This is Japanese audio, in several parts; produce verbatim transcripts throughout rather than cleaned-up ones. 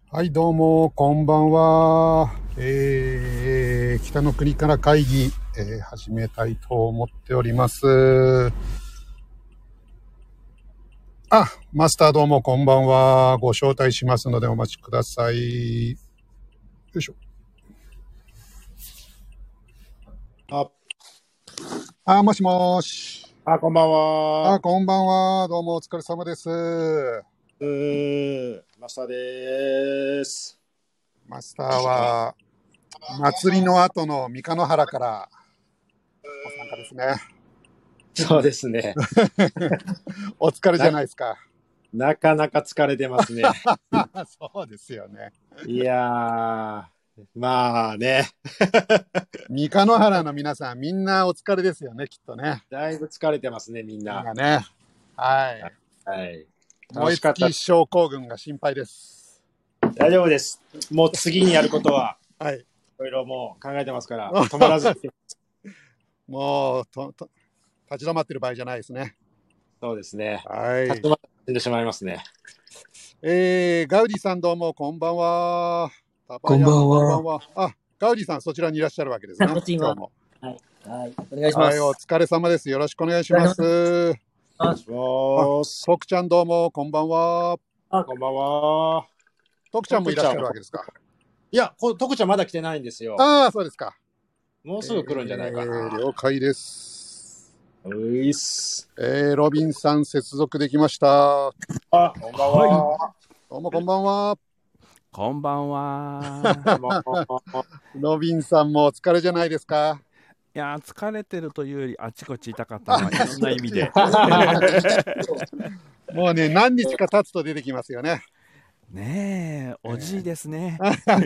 はい、どうも、こんばんは。えー、北の国から会議、えー、始めたいと思っております。あ、マスターどうも、こんばんは。ご招待しますのでお待ちください。よいしょ。 あ、 あ、もしもし。 あ、こんばんは。 あ、こんばんは。どうも、お疲れ様です。 うー、マスターでーす。 マスターは、祭りの後の三日野原からご参加ですね。 そうですね。 お疲れじゃないですか。 なかなか疲れてますね。 そうですよね。 いやー、まあね。 三日野原の皆さん、みんなお疲れですよね、きっとね。 だいぶ疲れてますね、みんみんな。 なね。はい。 はい。 燃え楽しかった。 尽き症候群が心配です。 大丈夫です。もう次にやることは、 はい。 いろいろもう考えてますから、止まらずに。 もうとと、立ち止まってる場合じゃないですね。 そうですね。 はい。 立ち止まってしまいますね。 えー、ガウディさんどうもこんばんは。 こんばんは。 こんばんは。あ、ガウディさんそちらにいらっしゃるわけですね。 こっち今今日も。 はい。はい。お願いしまはい、 す。 お疲れ様です。よろしくお願いします。 お願いします。 徳ちゃんどうもこんばんは。 あ、こんばんは。 徳ちゃんもいらっしゃるわけですか。 いや、こ徳ちゃんまだ来てないんですよ。 ああ、そうですか。 もうすぐ来るんじゃないかな。 えー、了解です。 ういっす。 えー、ロビンさん接続できました。 あ、こんばんは。 はい、どうもこんばんは。 こんばんは。 ロビンさんもお疲れじゃないですか。 いやー、疲れてるというよりあちこち痛かったのはいろんな意味で。 もうね、何日か経つと出てきますよね。 ねえ、おじいですね。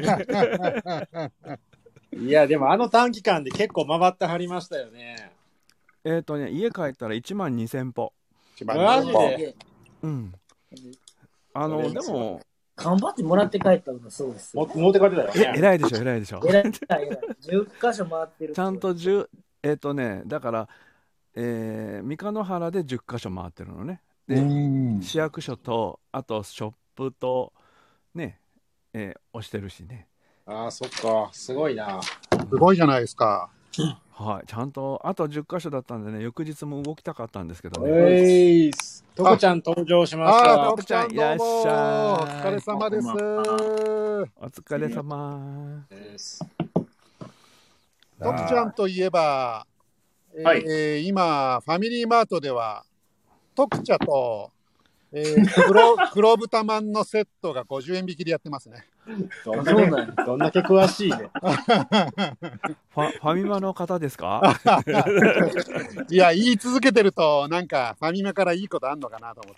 いや、でもあの短期間で結構回ってはりましたよね。 えっとね、家帰ったらいちまんにせん歩。 マジで。 うん。あの、でも、 頑張ってもらって帰ったのがそうですよ。 も持って帰ってたよね。 え、偉いでしょ、偉いでしょ。 偉い、偉い。じゅっかしょ回ってる。 ちゃんとじゅう、えっとね、だから、えー、三日野原でじゅっかしょ回ってるのね。で、市役所と、あとショップと、ね、えー、押してるしね。 ああ、そっか。すごいな。 すごいじゃないですか。 はい、ちゃんとあとじゅっかしょだったんでね、翌日も動きたかったんですけどね。 えいっす。とこちゃん登場しました。 とこちゃんいらっしゃい。お疲れ様です。 お疲れ様です。 とこちゃんといえば、 はい、 えー、今ファミリーマートでは特茶と、えー、黒, 黒豚まんのセットがごじゅうえん引きでやってますね。 どんだけ、どんだけ詳しいね。 ファ。ファミマの方ですか？ いや、言い続けてるとなんかファミマからいいことあんのかなと思って。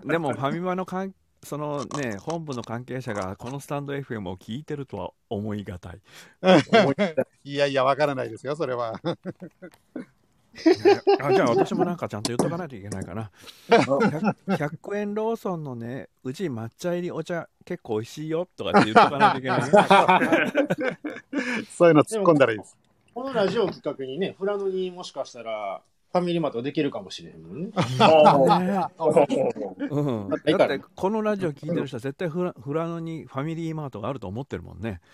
でもファミマのかんそのね、本部の関係者がこのスタンド エフエム を聞いてるとは思いがたい。 いやいや、わからないですよ、それは。 あ、じゃあ私もなんかちゃんと言っとかないといけないかな。ひゃくえんローソンのね、うち抹茶入りお茶結構美味しいよとかって言っとかないといけない、ね。 そういうの突っ込んだらいいです。 このラジオ企画にね、フラノにもしかしたらファミリーマートできるかもしれへんもんね。 うん、だってこのラジオ聞いてる人は絶対フラ、フラノにファミリーマートがあると思ってるもんね。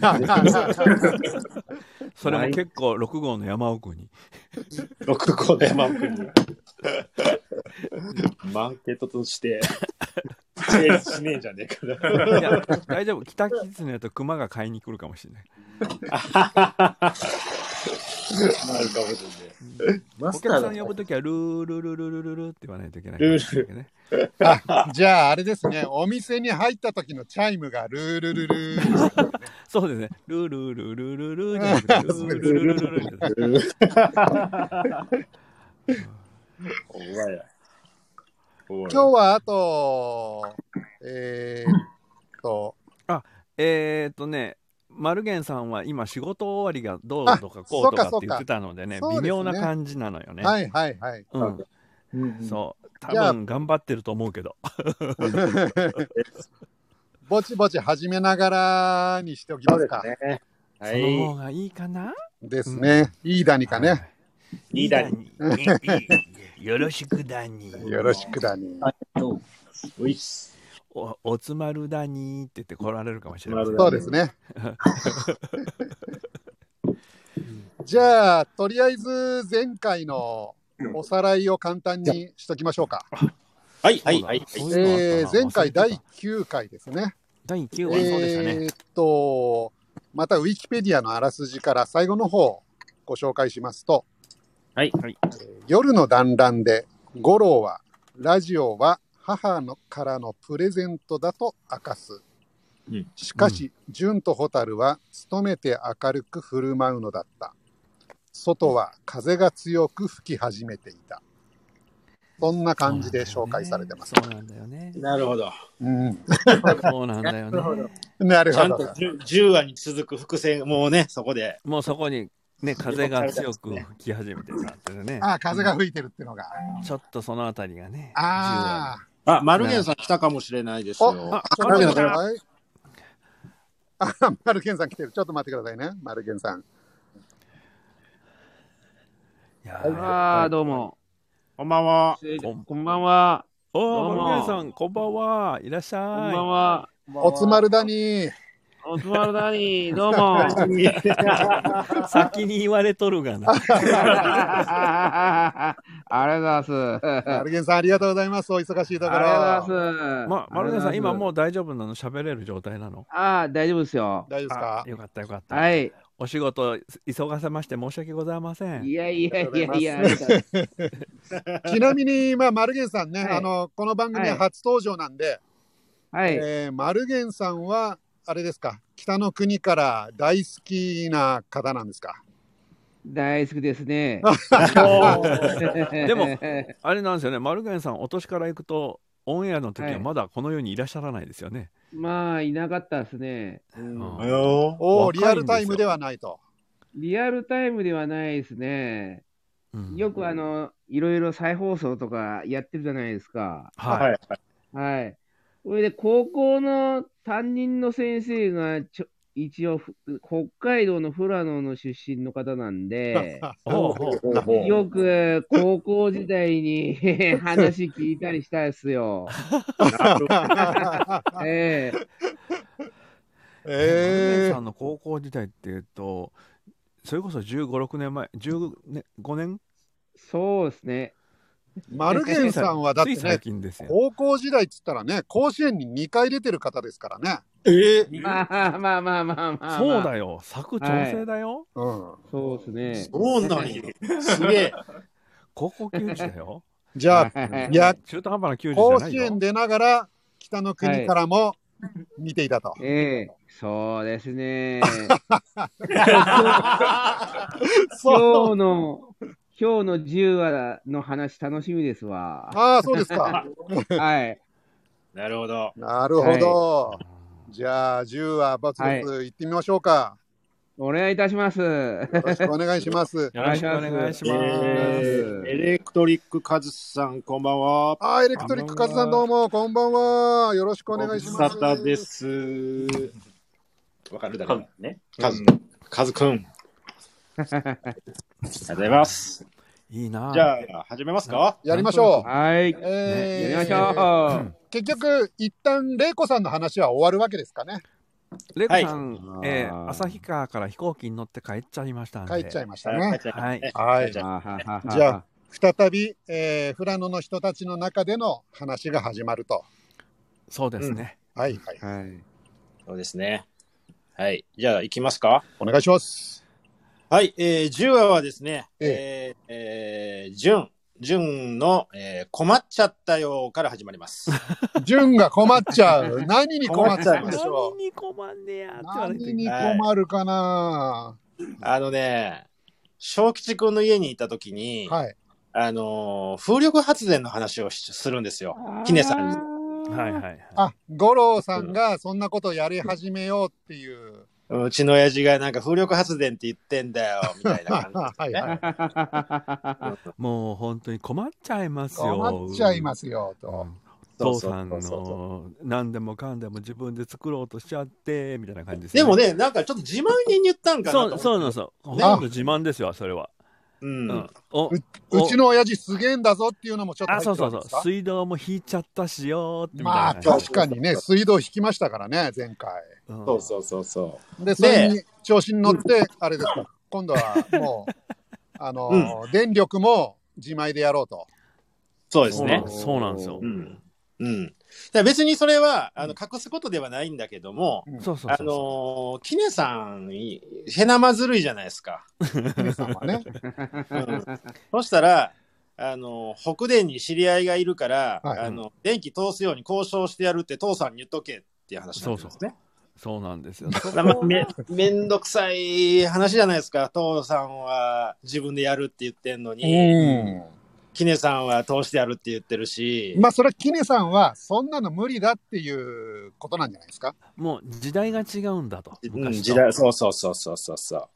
それも結構ろく号の山奥に。 ろく号の山奥に。マーケットとして成立しねえんじゃねえかな。 いや、大丈夫。北キツネとクマが買いに来るかもしれない。 なるかもしれない。 お客さん呼ぶときはルールルルルルルって言わないといけない、ね。 ルール、 ね、あ、じゃああれですね、お店に入った時のチャイムがルールルルー。 そうですね。ルールルルルルルじゃなくてルールルルルル。 お前や。 今日はあと、えー、っと、 あ、えー、っとね、マルゲンさんは今仕事終わりがどうとかこうとかって言ってたのでね、微妙な感じなのよね。 はいはいはい。 うん。そう。多分頑張ってると思うけど。 ぼちぼち始めながらにしておきますか。 ね、 はい、その方がいいかなですね。うん、いいだにかね。はい、 いいだに。 よろしくだに。 よろしくだに。 ういっす。 お、おつまるだにーって言って来られるかもしれません。 そうですね。じゃあ、とりあえず前回のおさらいを簡単にしときましょうか。 はい、はい、はい。 えー、前回だいきゅうかいですね。 だいきゅうかい、そうでしたね。 えーっと、またウィキペディアのあらすじから最後の方をご紹介しますと、 はい。 えー夜の団らんで、五郎は、ラジオは母のからのプレゼントだと明かす。 うん、 しかし、純と蛍は努めて明るく振る舞うのだった。外は風が強く吹き始めていた。そんな感じで紹介されてます。 そうなんだよね。 なるほど。 うん、 そうなんだよね。 なるほど。 ちゃんとじゅうわに続く伏線、もうね、そこで。 もうそこに、ね、風が強く吹き始めてたっていうね。 ああ、風が吹いてるっていうのが。 ちょっとそのあたりがね。 ああ。あ、マルゲンさん来たかもしれないですよ。 あ、マルゲンさん。はい。あ、マルゲンさん来てる。ちょっと待ってくださいね。マルゲンさん。 いやああ、どうも。 こんばんは。 こんばんは。 おー、マルゲンさん、こんばんは。いらっしゃい。 こんばんは。 おつまるだに。 おつまるだに、どうも。 先に言われとるがな。 ありがとうございます。 マルゲンさん、ありがとうございます。お忙しいところ。 ありがとうございます。 ま、マルゲンさん、今もう大丈夫なの？喋れる状態なの？ ああ、大丈夫ですよ。 大丈夫ですか？ よかったよかった。 はい。 お仕事急がせまして申し訳ございません。 いやいやいやいや。 ちなみに、まあ、マルゲンさんね、 はい、 あの、この番組は初登場なんで、 はい。 えー、マルゲンさんは、あれですか、北の国から大好きな方なんですか？ 大好きですね。 でも、あれなんですよね、マルゲンさん、お年から行くと、オンエアの時はまだこの世にいらっしゃらないですよね。はい、 まあ、いなかったですね。 うん、おリアルタイムではないと。 リアルタイムではないですね。うん、よくあの、いろいろ再放送とかやってるじゃないですか。 はい。 はい。それで、高校の担任の先生がちょ、一応、北海道の富良野の出身の方なんで、よく高校時代に話聞いたりしたんですよ。 ええ。ええ。さんの高校時代っていうと、それこそじゅうご、ろくねんまえ、じゅうごねん？ そうですね。 マルゲンさんはだってね、高校時代っつったらね、甲子園ににかい出てる方ですからね。 ええ。まあまあまあまあまあ。 そうだよ。佐久長聖だよ。 うん。 そうですね。 そうなんよ。すげえ。 高校球児だよ。 じゃあ、いや、 中途半端な球児じゃないよ。 甲子園出ながら、北の国からも見ていたと。 ええ、そうですね。今日の、今日のじゅうわの話楽しみですわ。 ああ、そうですか。 はい。 なるほど。 なるほど。はい、じゃあ、じゅうわバツバツ行ってみましょうか。はい、 お願いいたします。 よろしくお願いします。 よろしくお願いします。 えー、エレクトリックカズさん、こんばんは。 あ、エレクトリックカズさん、どうも、こんばんは。よろしくお願いします。 ご無沙汰です。わかるだろうね。カズ、カズくん。ありがとうございます。 いいな。 じゃあ、始めますか。 やりましょう。 はい。 えー、やりましょう。 結局、一旦、玲子さんの話は終わるわけですかね。 玲子さん、はい、えー、旭川から飛行機に乗って帰っちゃいましたんで。 帰っちゃいましたね。 はい。 はい。じゃあ、再び、えー、富良野の人たちの中での話が始まると。 そうですね。 うん、はい、はい、 はい。 そうですね。はい。じゃあ、行きますか。 お願いします。 はい。えー、じゅうわはですね、えー、えー、純、純の、えー、困っちゃったよから始まります。 純が困っちゃう。何に困っちゃうでしょう。 何に困んねや。 何に困るかな、 はい、あのね、小吉くんの家にいたときに、はい、あのー、風力発電の話をするんですよ。キネさんに。 はいはいはい。 あ、五郎さんがそんなことやり始めようっていう。 うちの親父がなんか風力発電って言ってんだよ、みたいな感じですね。はいはい、 もう本当に困っちゃいますよ。 困っちゃいますよ、と。 父さんの何でもかんでも自分で作ろうとしちゃって、みたいな感じですね。でもね、なんかちょっと自慢に言ったんかなと思って。 そうそうそう。ほとんど自慢ですよ、それは。 ううん。うお う, うちの親父すげえんだぞっていうのもちょっと入ってるんですか？ あ、そうそうそう。水道も引いちゃったしよーってみたいな。 まあ確かにね、水道引きましたからね、前回。 うん、そうそうそうそう。 で、それに調子に乗って、あれですか、今度はもう、あのーうん、電力も自前でやろうと。 そうですね。 そうなんですよ。 うん。うん。だ別にそれは、あの、隠すことではないんだけども、 うん、そうそうそうそう。 あのー、キネさん、へなまずるいじゃないですか。 キネさんはね。 うん、そしたら、あの、北電に知り合いがいるから、はい、あの、電気通すように交渉してやるって父さんに言っとけっていう話なんですね。そうそう。 そうなんですよ。 め, めんどくさい話じゃないですか。父さんは自分でやるって言ってんのに、うん、キネさんは通してやるって言ってるし。 まあそれはキネさんはそんなの無理だっていうことなんじゃないですか。 もう時代が違うんだと。 うん、時代、そうそうそうそうそうそう。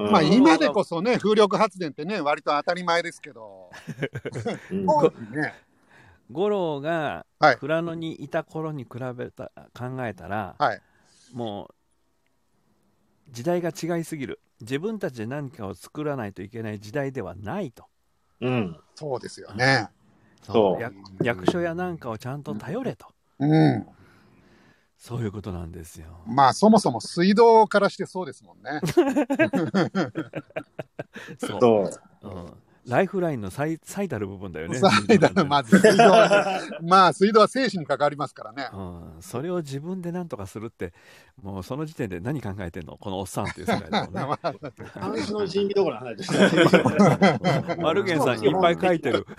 うん、まあ今でこそね、風力発電ってね、割と当たり前ですけど。 うん、ね、五郎が富良野にいた頃に比べた、考えたら、はい、もう時代が違いすぎる。自分たちで何かを作らないといけない時代ではないと。 うん、 そうですよね。 そう役、役所やなんかをちゃんと頼れと、 うん、 そういうことなんですよ。 まあそもそも水道からしてそうですもんね。 そう、うん、ライフラインの最最たる部分だよね。 最たるまず水道は、ね、まあ水道は生死に関わりますからね、 うん。それを自分で何とかするってもうその時点で何考えてんのこのおっさんっていう世界だもんね。 監視の人気どころ離れてる。 マルゲンさんいっぱい書いてる。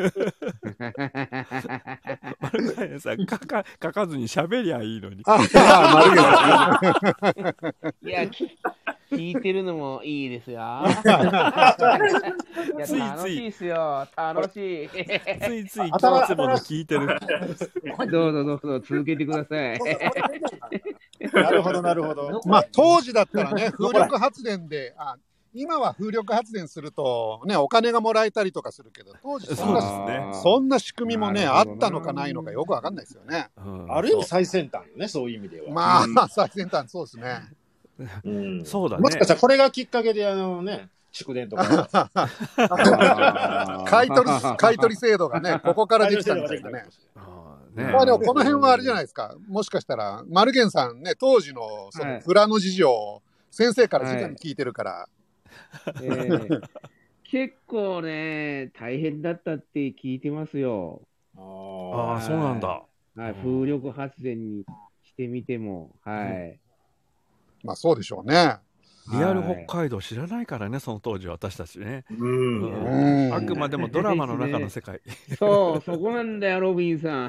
マルゲンさん書か書かずに喋りゃいいのに。ああマルゲンさん。いや聞いてるのもいいですよ。いやついつい楽しいですよ。楽しい。 ついついいつもの聞いてる。 どうぞどうぞ続けてください。 なるほどなるほど。 まあ当時だったらね、風力発電で、あ、今は風力発電するとねお金がもらえたりとかするけど、当時そんな、ね、そんな仕組みもねあったのかないのかよくわかんないですよね。 うん、ある意味最先端よね、そういう意味では。 まあ、うん、最先端そうですね。 うん、そうだね。 もしかしたらこれがきっかけであのね、蓄電とか買い取り買い取り制度がねここからできたみたいなね。ねまあでもこの辺はあれじゃないですか。もしかしたらマルゲンさんね当時のその富良野事情を先生から直に聞いてるから。はいえー、結構ね大変だったって聞いてますよ。 ああそうなんだ。 はい、風力発電にしてみてもはい。うんまあそうでしょうね。 リアル北海道知らないからね、その当時私たちね。うんあくまでもドラマの中の世界。 そう、そこなんだよ、ロビンさん。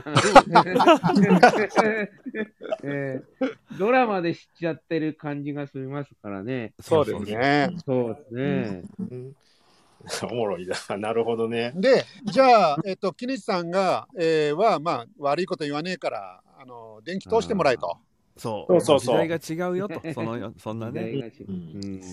えー、ドラマで知っちゃってる感じがしますからね。 そうですね。 そうですね。 おもろいな。なるほどね。 で、じゃあ、えっと、木西さんが、えー、は、まあ、悪いこと言わねえから、あの、電気通してもらえと。 そうそうそう時代が違うよとそのそんなね、 うん、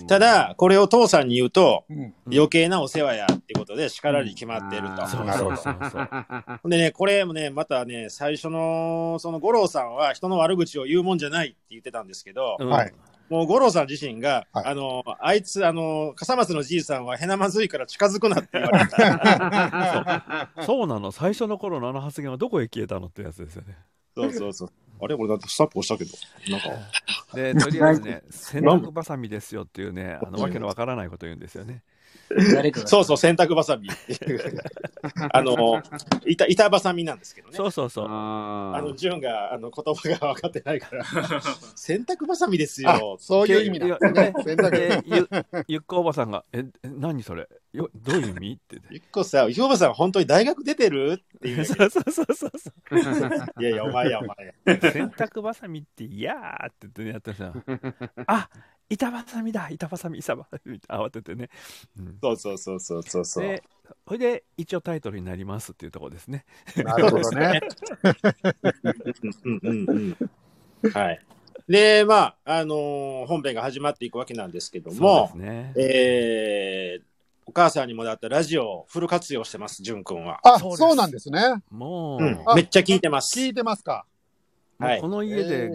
ただこれを父さんに言うと、うん、余計なお世話やってことで叱られに決まっていると、うん、そうそうそうそうでねこれもねまたね最初のその五郎さんは人の悪口を言うもんじゃないって言ってたんですけど、うん、もう五郎さん自身が、はい、あのあいつあの笠松のじいさんはへなまずいから近づくなって言われたそう、そうなの最初の頃のあの発言はどこへ消えたのってやつですよね。 そうそうそうあれ俺だってスタップ押したけどなんかでとりあえずね洗濯ばさみですよっていうねあのわけのわからないこと言うんですよね。 そうそう洗濯ばさみあの板板ばさみなんですけどね。 そうそうそうあのジュンがあの言葉が分かってないから洗濯ばさみですよそういう意味なんですね。洗濯ゆ, ゆっこおばさんがえ何それよどういう意味ってゆっこさんゆっこおばさん本当に大学出てるっていうそうそうそうそういやいやお前やお前や洗濯ばさみっていやーって言ってやってさあ板ばさみだ板ばさみ板ばさみ慌ててね、 うん、そうそうそうそうそうそうでそれで一応タイトルになりますっていうところですね。 なるほどねうんうんうんはいでまああのー、本編が始まっていくわけなんですけどもそうですね、 えー、お母さんにもだったラジオをフル活用してます淳君は。 あ そ, そうなんですね。 もう、 うん、めっちゃ聞いてます。 聞いてますか。 はい、この家でが、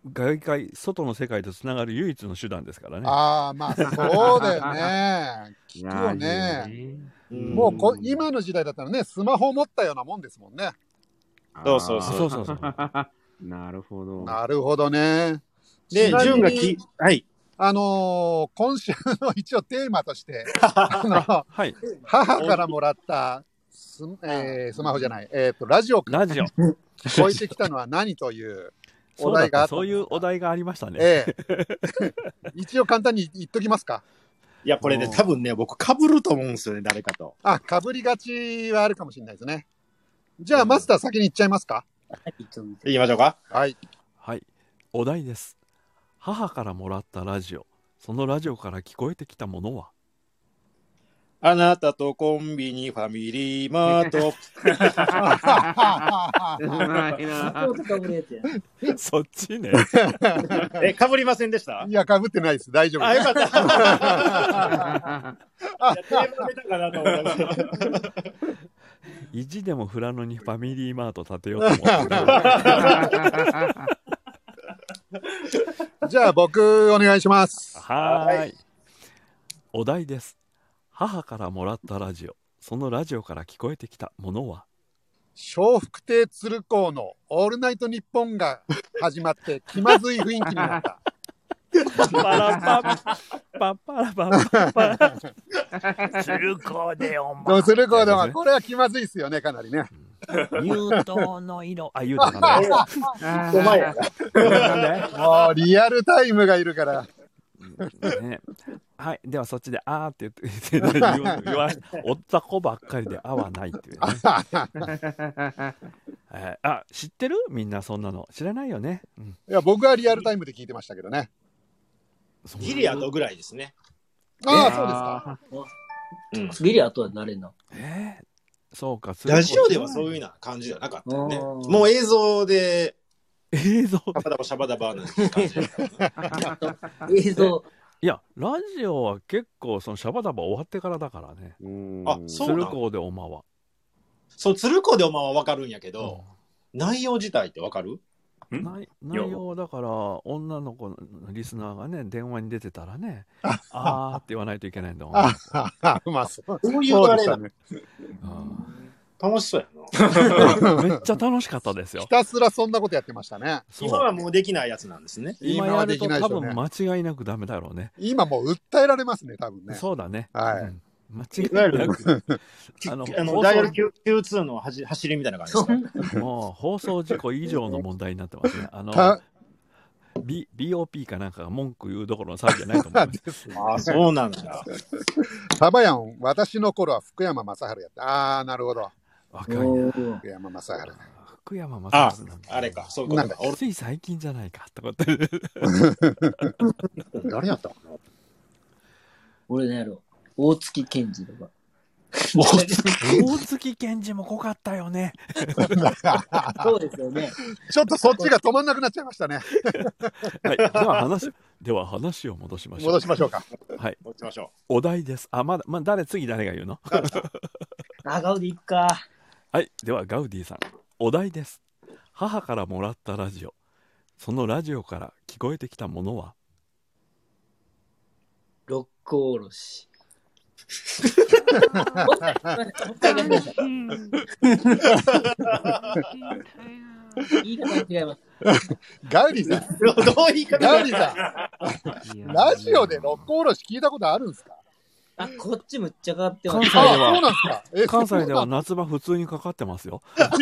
外界、外の世界とつながる唯一の手段ですからね。 ああ、まあそうだよね。聞くよね。もうこ今の時代だったらね、スマホを持ったようなもんですもんね。 そうそうそうそうそう。 なるほど。 なるほどね。 で、純がき、はい。 あのー、今週の一応テーマとして、あの、はい、母からもらったス、えー、スマホじゃない、えっ、ー、と、ラジオラジオ。 聞こえてきたのは何というお題があった。 そういうお題がありましたね。 ええ、一応簡単に言っときますか。 いや、これね、多分ね、僕、被ると思うんですよね、誰かと。 あ、被りがちはあるかもしれないですね。じゃあ、マスター先に言っちゃいますか。 言いましょうか。 はい。 はい。お題です。母からもらったラジオ。そのラジオから聞こえてきたものは？ あなたとコンビニ、ファミリーマート。 うまいな。 そっちね。 え、被りませんでした？ いや、被ってないです。大丈夫です。 あ、よかった。いや、テーマ出たかなと思いました。 意地でも富良野にファミリーマート建てようと思って。 じゃあ僕お願いします。 はーい。お題です。母からもらったラジオ。そのラジオから聞こえてきたものは？ 笑福亭鶴光のオールナイトニッポンが始まって気まずい雰囲気になった。 パラパパパラパパパ鶴光でお前。 鶴光でお前。これは気まずいですよね、かなりね。 乳頭の色。あ、言うたかな。 お前やな。もうリアルタイムがいるから。 ね、はい、ではそっちであーって言って言わ言わおった子ばっかりであはないっていうね。えー、あ、知ってる？みんなそんなの知らないよね。うん、いや僕はリアルタイムで聞いてましたけどね。 ギリアドぐらいですね。 ああ、そうですか。ギリアドは誰なの？ えー、そうか。 ラジオではそういうような感じではなかったよね。もう映像で。 映像シャバダバシャバダバな感じだ映像。 いや、ラジオは結構そのシャバダバ終わってからだからね。 あ、そうなの？ 鶴光でおまは。 そう、鶴光でおまはわかるんやけど、うん、内容自体ってわかる？ 内, 内容だから女の子のリスナーがね電話に出てたらねあーって言わないといけないんだもん。 あまあそうそういうあれだね。楽しそうやな。めっちゃ楽しかったですよ。 ひたすらそんなことやってましたね。 今はもうできないやつなんですね。 今やると多分間違いなくダメだろうね。 今もう訴えられますね、多分ね。 そうだね。 はい。 うん間違いなくあのあのダイヤル キューツー の走走りみたいな感じですか？ もう放送事故以上の問題になってますね。あの B、ビーオーピー かなんかが文句言うどころの騒ぎじゃないと思います。 ああ、そうなんだ。 サバヤン、私の頃は福山雅治やった。ああ、なるほど。 若いな。 福山雅治。 福山雅治ああれか、そういうことか。 つい最近じゃないかとかって。 誰やったかな？ 俺ねやろ。大月健二とか。 大月健二も濃かったよね。 そうですよね。 ちょっとそっちが止まんなくなっちゃいましたね。 はい、では話では話を戻しましょう。 戻しましょうか。 はい。 戻しましょう。 お題です。あ、まだまあ誰次誰が言うの？ あ、ガウディ行くか。 はい、ではガウディさん。お題です。母からもらったラジオ。そのラジオから聞こえてきたものは？ 六甲おろし。言い方違います。 ガウディさん。 どういう言い方？ ガウディさん。ラジオで六甲おろし聞いたことあるんですか？ あ、こっちむっちゃかかってます。 関西では、 そうなんですか？え関西では夏場普通にかかってますよ。 かか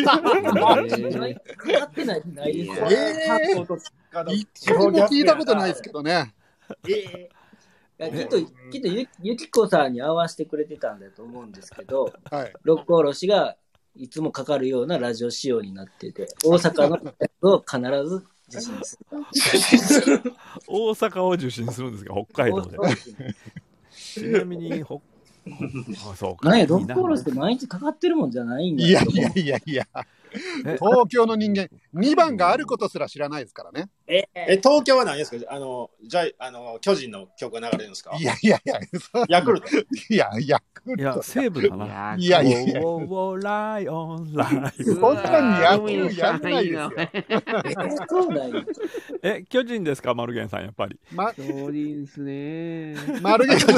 ってないないですよ。 えー、一度も聞いたことないですけどね。 えー、きっと、きっとゆ、ゆきこさんに合わせてくれてたんだと思うんですけど、はい、六甲おろしがいつもかかるようなラジオ仕様になってて、大阪のやつを必ず受信する。 大阪を受信するんですか？北海道で。ちなみに、ほ、あ、そうか。 何や、六甲おろしって毎日かかってるもんじゃないんだいやいやいやいや。 東京の人間、にばんがあることすら知らないですからね。 え、え東京は何ですか？あの、じゃあ、あの、巨人の曲が流れるんですか？ いやいやいや、 ヤクルト。 いや、ヤクルト。 いや、西武だな。 いやいやいや。 おー、ライオン、ライオン。 そんなに野球やんないですよ。 え、巨人ですか、マルゲンさん、やっぱり。 ま、巨人ですね。 マルゲンさん。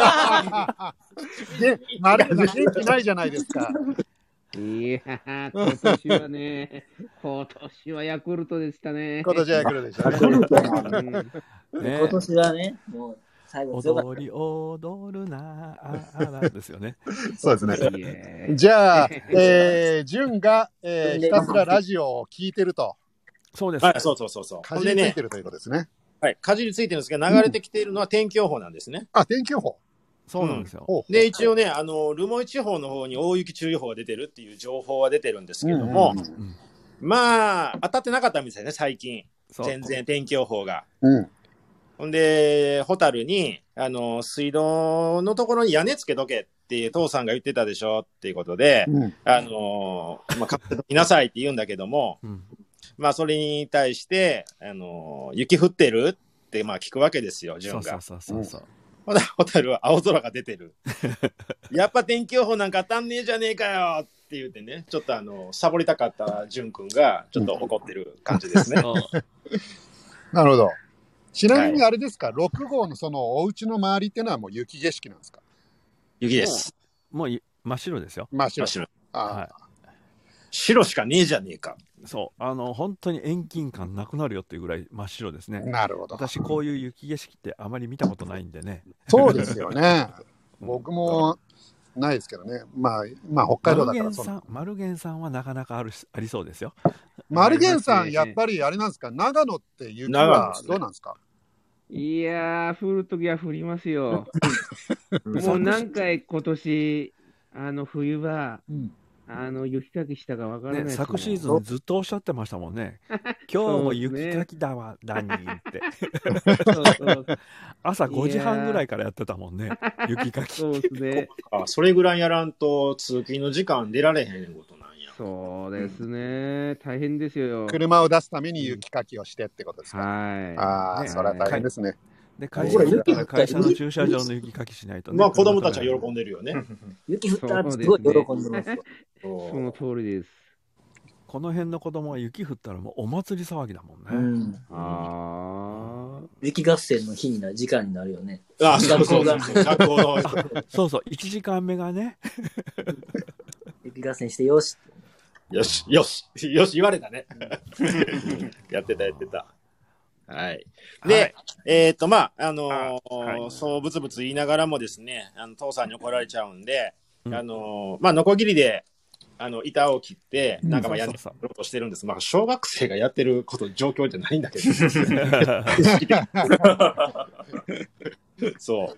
マルゲンさん元気ないじゃないですか。 いやー、今年はね、今年はヤクルトでしたね。 今年はヤクルトでしたね。 今年はね、もう最後強かった。 踊り踊るなあらですよね。 そうですね。じゃあ、えー、潤が、えー、ひたすらラジオを聞いてると。 そうです。 はい、そうそうそうそう。 かじりついてるということですね。 はい、かじりついてるんですけど、流れてきているのは天気予報なんですね。 あ、天気予報。 そうなんですよ。 うん、で、一応ね、あの、留萌地方の方に大雪注意報が出てるっていう情報は出てるんですけども、うんうんうん、まあ、当たってなかったみたいね、最近。全然天気予報が。 うん。 ほんで、ホタルに、あの、水道のところに屋根つけとけって父さんが言ってたでしょっていうことで、うん、あの、まあ、買ってきなさいって言うんだけども、うん、まあ、それに対して、あの、雪降ってるって、まあ、聞くわけですよ、潤が。 そうそうそうそう。 ほな、ホタルは青空が出てる。やっぱ天気予報なんか当たんねえじゃねえかよって言ってね、ちょっとあの、サボりたかった潤くんが、ちょっと怒ってる感じですね。 なるほど。ちなみにあれですか、はい、ろく号のそのお家の周りっていうのはもう雪景色なんですか？ 雪です。 もう、もう真っ白ですよ。 真っ白。 真っ白。 あ、 はい。白しかねえじゃねえか。 そう。あの、本当に遠近感なくなるよっていうぐらい真っ白ですね。 なるほど。 私、こういう雪景色ってあまり見たことないんでね。 そうですよね。僕もないですけどね。まあ、まあ、北海道だからそう。 マルゲンさんはなかなかあるありそうですよ。 マルゲンさん、やっぱりあれなんですか、長野って雪はどうなんですか？ いやー、降るときは降りますよ。もう何回今年、あの冬場、うんあの雪かきしたかわからない、 ね、昨シーズンずっとおっしゃってましたもんね。今日も雪かきだわ、ダニーって。そうそう朝ごじはんぐらいからやってたもんね、雪かき。 そうですね。 あ、それぐらいやらんと通勤の時間出られへんことなんや。 そうですね、うん、大変ですよ。 車を出すために雪かきをしてってことですか。 はい。 ああ、ね、それは大変ですね。 で会社会社の駐車場の雪かきしないとね。 まあ子供たちは喜んでるよね。 雪降ったらすごい喜んでますよ。 その通りです。 この辺の子供は雪降ったらもうお祭り騒ぎだもんね。うん、 ああ。 雪合戦の日にな時間になるよね。 ああ、そうそうそう。学校のそうそういちじかんめがね。 雪合戦してよし。 よしよしよし言われたね。やってたやってた。はい。で、はい、えっ、ー、と、まあ、あのーはい、そうブツブツ言いながらもですね、あの父さんに怒られちゃうんで、うん、あのー、まあ、ノコギリで、あの、板を切って、なんかまあ、やろうとしてるんです。まあ、小学生がやってること、状況じゃないんだけど。そう。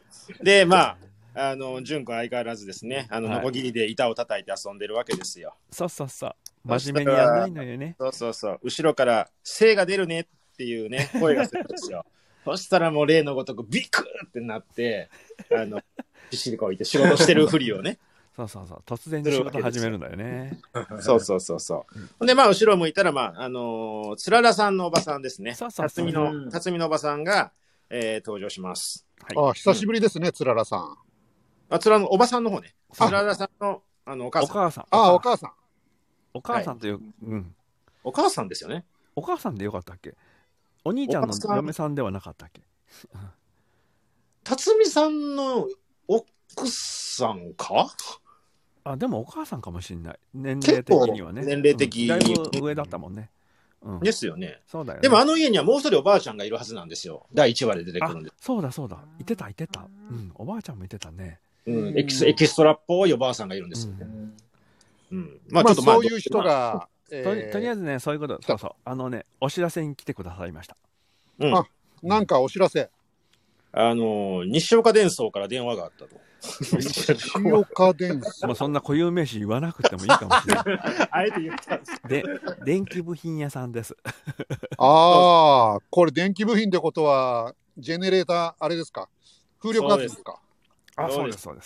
で、まあ、あの、淳君相変わらずですね、あの、ノコギリで板を叩いて遊んでるわけですよ。 そうそうそう。真面目にやんないのよね。 そうそうそう。後ろから、精が出るねっていうね、声がするんですよ。そしたらもう例のごとくビクーってなって、あの、必死にこういて仕事してるふりをね。 そうそうそう。突然に仕事始めるんだよね。 そうそうそうそう。ほんで、まあ、後ろ向いたら、まあ、あのー、つららさんのおばさんですね。 そうそう辰巳の、辰巳のおばさんが、えー、登場します。 はい、あ、久しぶりですね、うん、つららさん。 あ、つらのおばさんの方ね。つららさんの、あの、お母さん。 お母さん。 あ、お母さん。 お母さんという、はい、うん。 お母さんですよね。 お母さんでよかったっけ？お兄ちゃんの嫁さんではなかったっけ？ 辰巳さんの奥さんか？ あ、でもお母さんかもしれない。年齢的にはね。 年齢的に、 うん、だいぶ上だったもんね。 うん、ですよね。 そうだよね。 でもあの家にはもう一人おばあちゃんがいるはずなんですよ。だいいちわで出てくるんで。 そうだそうだ。いてたいてた。うん。おばあちゃんもいてたね。 うん。エキス、エキストラっぽいおばあさんがいるんですよね。うん。うん、 まあちょっとまあ、そういう人が、 まあえー、とり、とりあえずね、そういうこと、そうそう。あのね、お知らせに来てくださいました。 うん。あ、なんかお知らせ。 あの、西岡伝送から電話があったと。 西岡伝送。 もうそんな固有名詞言わなくてもいいかもしれない。 あえて言ったんです。 で、電気部品屋さんです。 ああ、これ電気部品ってことは、ジェネレーター、あれですか？風力発電ですか？ あ、そうです、そうです。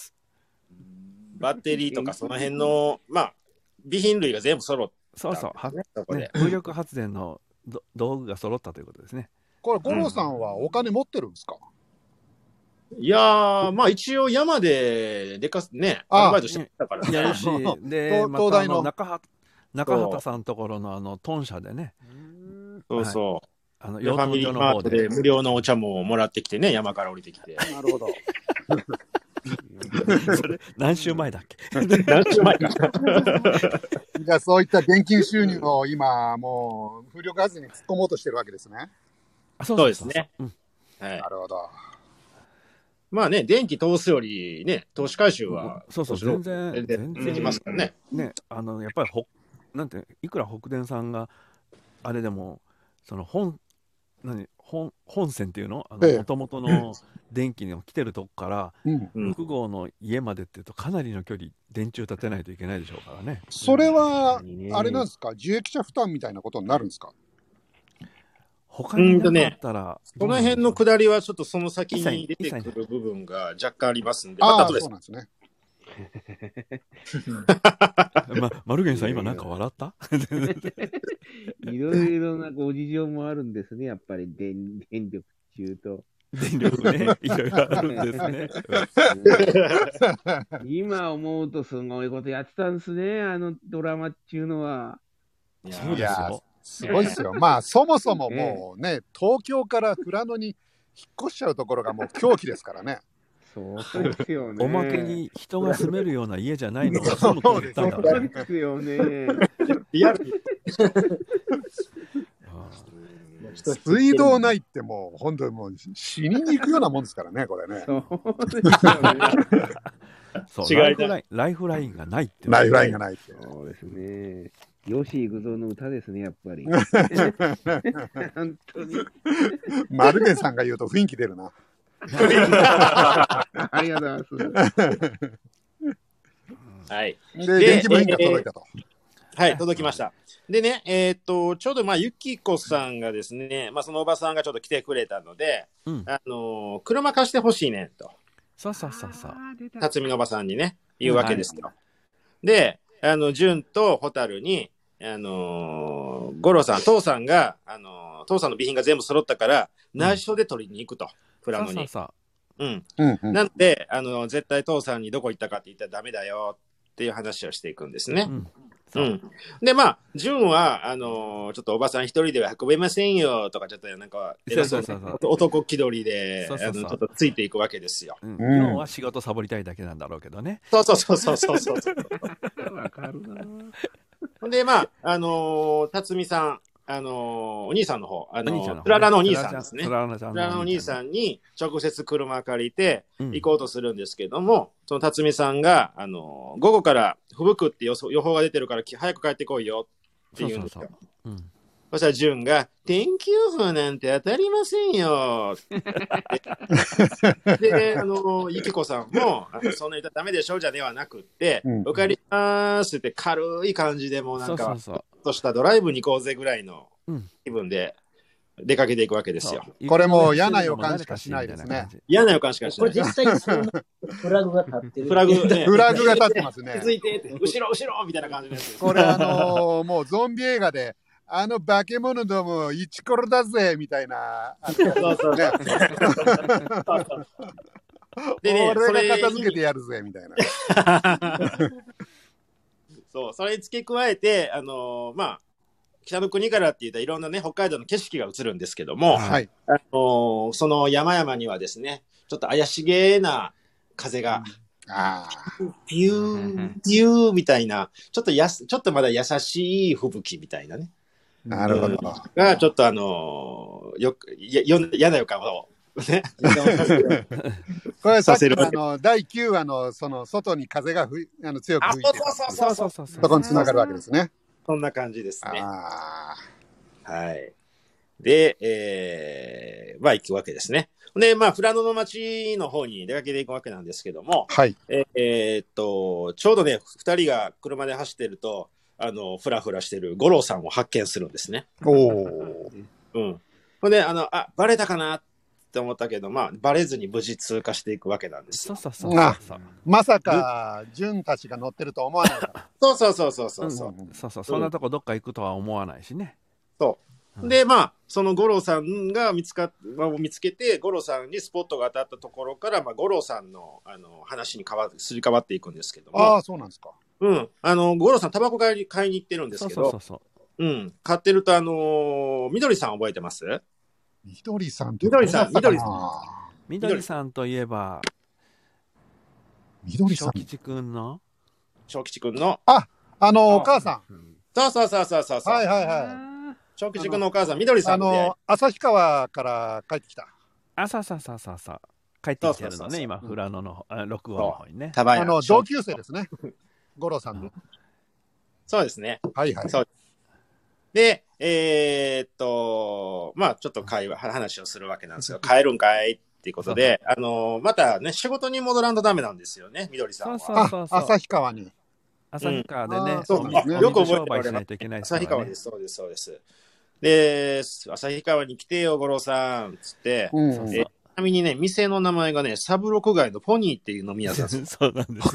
バッテリーとかその辺の、まあ、備品類が全部揃っそうそう、はね、風力発電の道具が揃ったということですね。 これ、五郎さんはお金持ってるんですか？ いやー、まあ一応山ででかすね、アルバイトしてたからね。 やるし、で、またあの中畑中畑さんのところのあのトン社でね。 そうそう。 はい、あの養豚場の方で無料のお茶ももらってきてね、山から降りてきて。 なるほど。 それ何週前だっけ？ 何週前か。 じゃあそういった現金収入を今もう風力発電に突っ込もうとしてるわけですね。 そうですね。 なるほど。 まあね、電気通すよりね、投資回収は、 そうそう、全然、 全然できますからね。 ね、あの、やっぱりほ、なんて、いくら北電さんが、あれでも、その本、何、本、本線っていうのあの、もともとの電気に来てるとこから、ろく号の家までっていうと、かなりの距離、電柱立てないといけないでしょうからね。 それは、あれなんですか、受益者負担みたいなことになるんですか？ 他になかったら、 ね、この辺の下りはちょっとその先に出てくる部分が若干ありますんで、また後で。 そうなんですね。 ま、 マルゲンさん今なんか笑った？ いろいろなご事情もあるんですね、やっぱり電、電力中と。 電力ね、いろいろあるんですね。 今思うとすごいことやってたんですね、あのドラマっていうのは。 そうですよ。 すごいですよ。まあ、そもそももうね、東京から富良野に引っ越しちゃうところがもう狂気ですからね。 そうですよね。 おまけに人が住めるような家じゃないのが住むと言ったんだからね。そうですよね。 リアルに。 水道ないってもう、本当にもう死にに行くようなもんですからね、これね。 そうですよね。 そうライフライン、ライフラインがないって。 ライフラインがないって。 そうですね。吉幾三の歌ですね、やっぱり。本当に。 マルゲンさんが言うと雰囲気出るな。 ありがとうございます。 はい。 で、電気部品が届いたと。 はい、届きました。でね、えー、っと、ちょうど、まあ、ゆきこさんがですね、まあ、そのおばさんがちょっと来てくれたので、うん、あのー、車貸してほしいねんと。 そうそうそうそう。 辰巳のおばさんにね、言うわけですよ。はい、で、あの、純と蛍に、あのー、五郎さん、父さんが、あのー、父さんの備品が全部揃ったから、内緒で取りに行くと、富良野に。そうそうそう。うん。うんうん、なので、あのー、絶対父さんにどこ行ったかって言ったらダメだよっていう話をしていくんですね。うんうん、で、まあ、純は、あのー、ちょっとおばさん一人では運べませんよとか、ちょっとなんか、偉そうな男気取りで、そうそうそう、あのちょっとついていくわけですよ。 うん、要は仕事サボりたいだけなんだろうけどね。 そうそうそうそうそうそう。 わかるな。 で、まあ、あのー、辰巳さん、あのー、お兄さんの方、あのー、プララのお兄さんですね。プララのお兄さんに直接車借りて行こうとするんですけども、うん、その辰巳さんが、あのー、午後から吹雪くって予報が出てるから早く帰ってこいよって言うんですよ。そうそうそう、うん、そしたら純が、天気予報なんて当たりませんよ。で、あの、ゆきこさんも、そんなに言ったらダメでしょじゃではなくって、わ、うん、かりますって軽い感じでもうなんか、そうそうそう、としたドライブに行こうぜぐらいの気分で出かけていくわけですよ。 これも嫌な予感しかしないですね。 嫌な予感しかしない。 これ実際にそのフラグが立ってる。 フラグ、ね、 フラグが立ってますね。 続いて、後ろ後ろみたいな感じです。 これあのー、もうゾンビ映画で、あの化け物どもイチコロだぜみたいな。そうそうね。でね、俺が片付けてやるぜみたいな。 そう、それに付け加えて、あのー、まあ、北の国からって言ったらいろんなね、北海道の景色が映るんですけども、はい、あのー、その山々にはですね、ちょっと怪しげな風が、うん、あピュー、ピューみたいな、ちょっとやす、ちょっとまだ優しい吹雪みたいなね。 なるほど。 が、ちょっとあのー、よく、や、嫌な予感を、ね。 これさっきのあの、だいきゅうわの、その、外に風がふあの強く吹いてる。 そうそうそうそう。 そこに繋がるわけですね。 そんな感じですね。あはい。で、えー、まあ行くわけですね。で、まあ、富良野の町の方に出かけていくわけなんですけども、はい。えー、えー、っと、ちょうどね、二人が車で走ってると、あの、ふらふらしてる五郎さんを発見するんですね。おー。うん。ほんで、あの、あ、バレたかなって思ったけど、まあ、バレずに無事通過していくわけなんですよ。 そうそうそうそう。 まさか、純たちが乗ってるとは思わないから。 そうそうそうそうそう。 そうそうそう。そんなとこどっか行くとは思わないしね。 そう。で、まあ、その五郎さんが見つかっ、まあ、見つけて、五郎さんにスポットが当たったところから、まあ、五郎さんの、あの、話に変わ、すり替わっていくんですけども。 ああ、そうなんですか。 うん。あの、五郎さん、タバコ買いに、買いに行ってるんですけど。そうそうそうそう。うん。買ってると、あのー、みどりさん覚えてます？ みどりさんみどりさん、みどりさん。 みどりさんといえば、 みどりさん。 小吉くんの小吉くんの。 あ、あの、お母さん。 そうそうそうそうそう。 はいはいはい。 小吉くんのお母さん、みどりさんで。あの、 旭川から帰ってきた。 あ、さささささ。帰ってきてるのね、今、富良野の、ろくわの方にね。 あの、同級生ですね。五郎さんの。 そうですね。 はいはい。 そうで、えー、っと、まあちょっと会話、話をするわけなんですよ。帰るんかいっていうことで、あの、またね、仕事に戻らんとダメなんですよね、みどりさんは。 そうそうそうそう。 旭川に。 旭川でね、 そうですね。 よく覚えておられないといけないですからね。 旭川です、そうです、そうです。で、旭川に来てよ、五郎さん、つって、うん、ちなみにね、店の名前がね、サブロク街のポニーっていう飲み屋さんです。 そうなんです。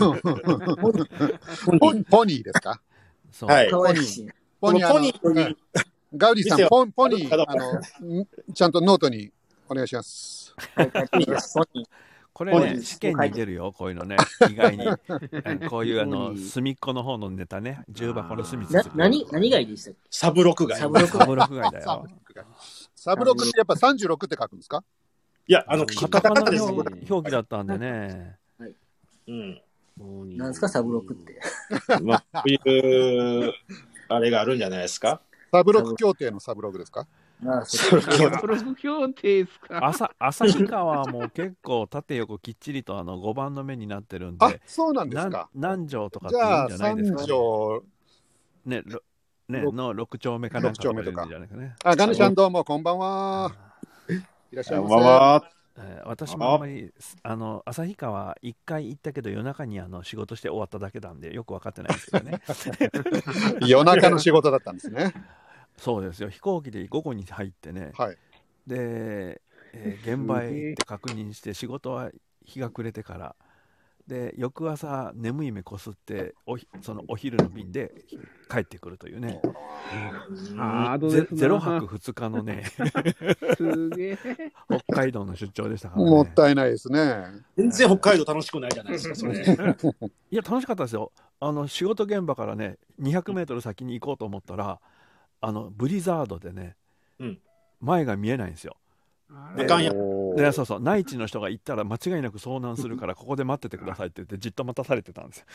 ポニーですか？ はい。 ポニー。ポニー。ガウディさん、ポポニー、あの、ちゃんとノートにお願いします。 これね、試験に出るよ、こういうのね。意外に。こういうあの、隅っこの方のネタね。重箱の隅っこ。 何、何街でしたっけ？ サブロク街。 サブロク街だよ。 サブロクってやっぱさんじゅうろくって書くんですか？ いや、あの、 カタカナの表記だったんでね。 はい。 うん。 なんですか、サブロクって。 まあ、こういう、あれがあるんじゃないですか？ サブロク協定のサブロクですか？ ああ、サブロク協定ですか？ 朝、旭川も結構縦横きっちりとあのごばんの目になってるんで。 あ、そうなんですか。 何条とかって言うんじゃないですか、ね。 じゃあさん条。 ね、ね、のろく丁目かなんかとか言うんじゃないかね。 あ、ガネちゃんどうも、こんばんは。いらっしゃいませ。 こんばんは。 えー、私もあんまりあの旭川いっかい行ったけど夜中にあの仕事して終わっただけなんでよく分かってないですけどね。 夜中の仕事だったんですね。 そうですよ。飛行機で午後に入ってね、 はい、 で、えー、現場へ行って確認して仕事は日が暮れてからで翌朝眠い目こすっておそのお昼の便で帰ってくるというね。 ハードですね。 ゼロはくふつかのねすげえ北海道の出張でしたからね。 もったいないですね。 全然北海道楽しくないじゃないですかそれ。 いや楽しかったですよ。あの仕事現場からねにひゃくメートル先に行こうと思ったらあのブリザードでね、うん、前が見えないんですよ。 あかんやでそうそう内地の人が行ったら間違いなく遭難するからここで待っててくださいって言ってじっと待たされてたんですよ。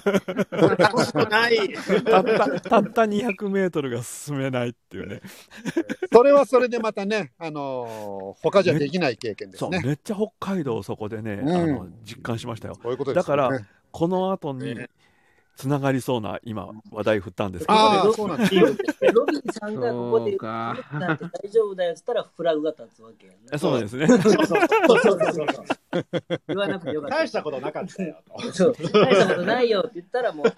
ないたったたったにひゃくメートルが進めないっていうね。 それはそれでまたね、あのー、他じゃできない経験ですね。 そうめっちゃ北海道をそこでね、うん、あの実感しましたよ。 そういうことですね。 だからこの後につながりそうな今話題振ったんですけど、 ああ、そうなんです。 ロビンさんがここで大丈夫だよって言ったらフラグが立つわけやね。 そうですね。 言わなくてよかった。 大したことなかったよ。 そう大したことないよって言ったらもう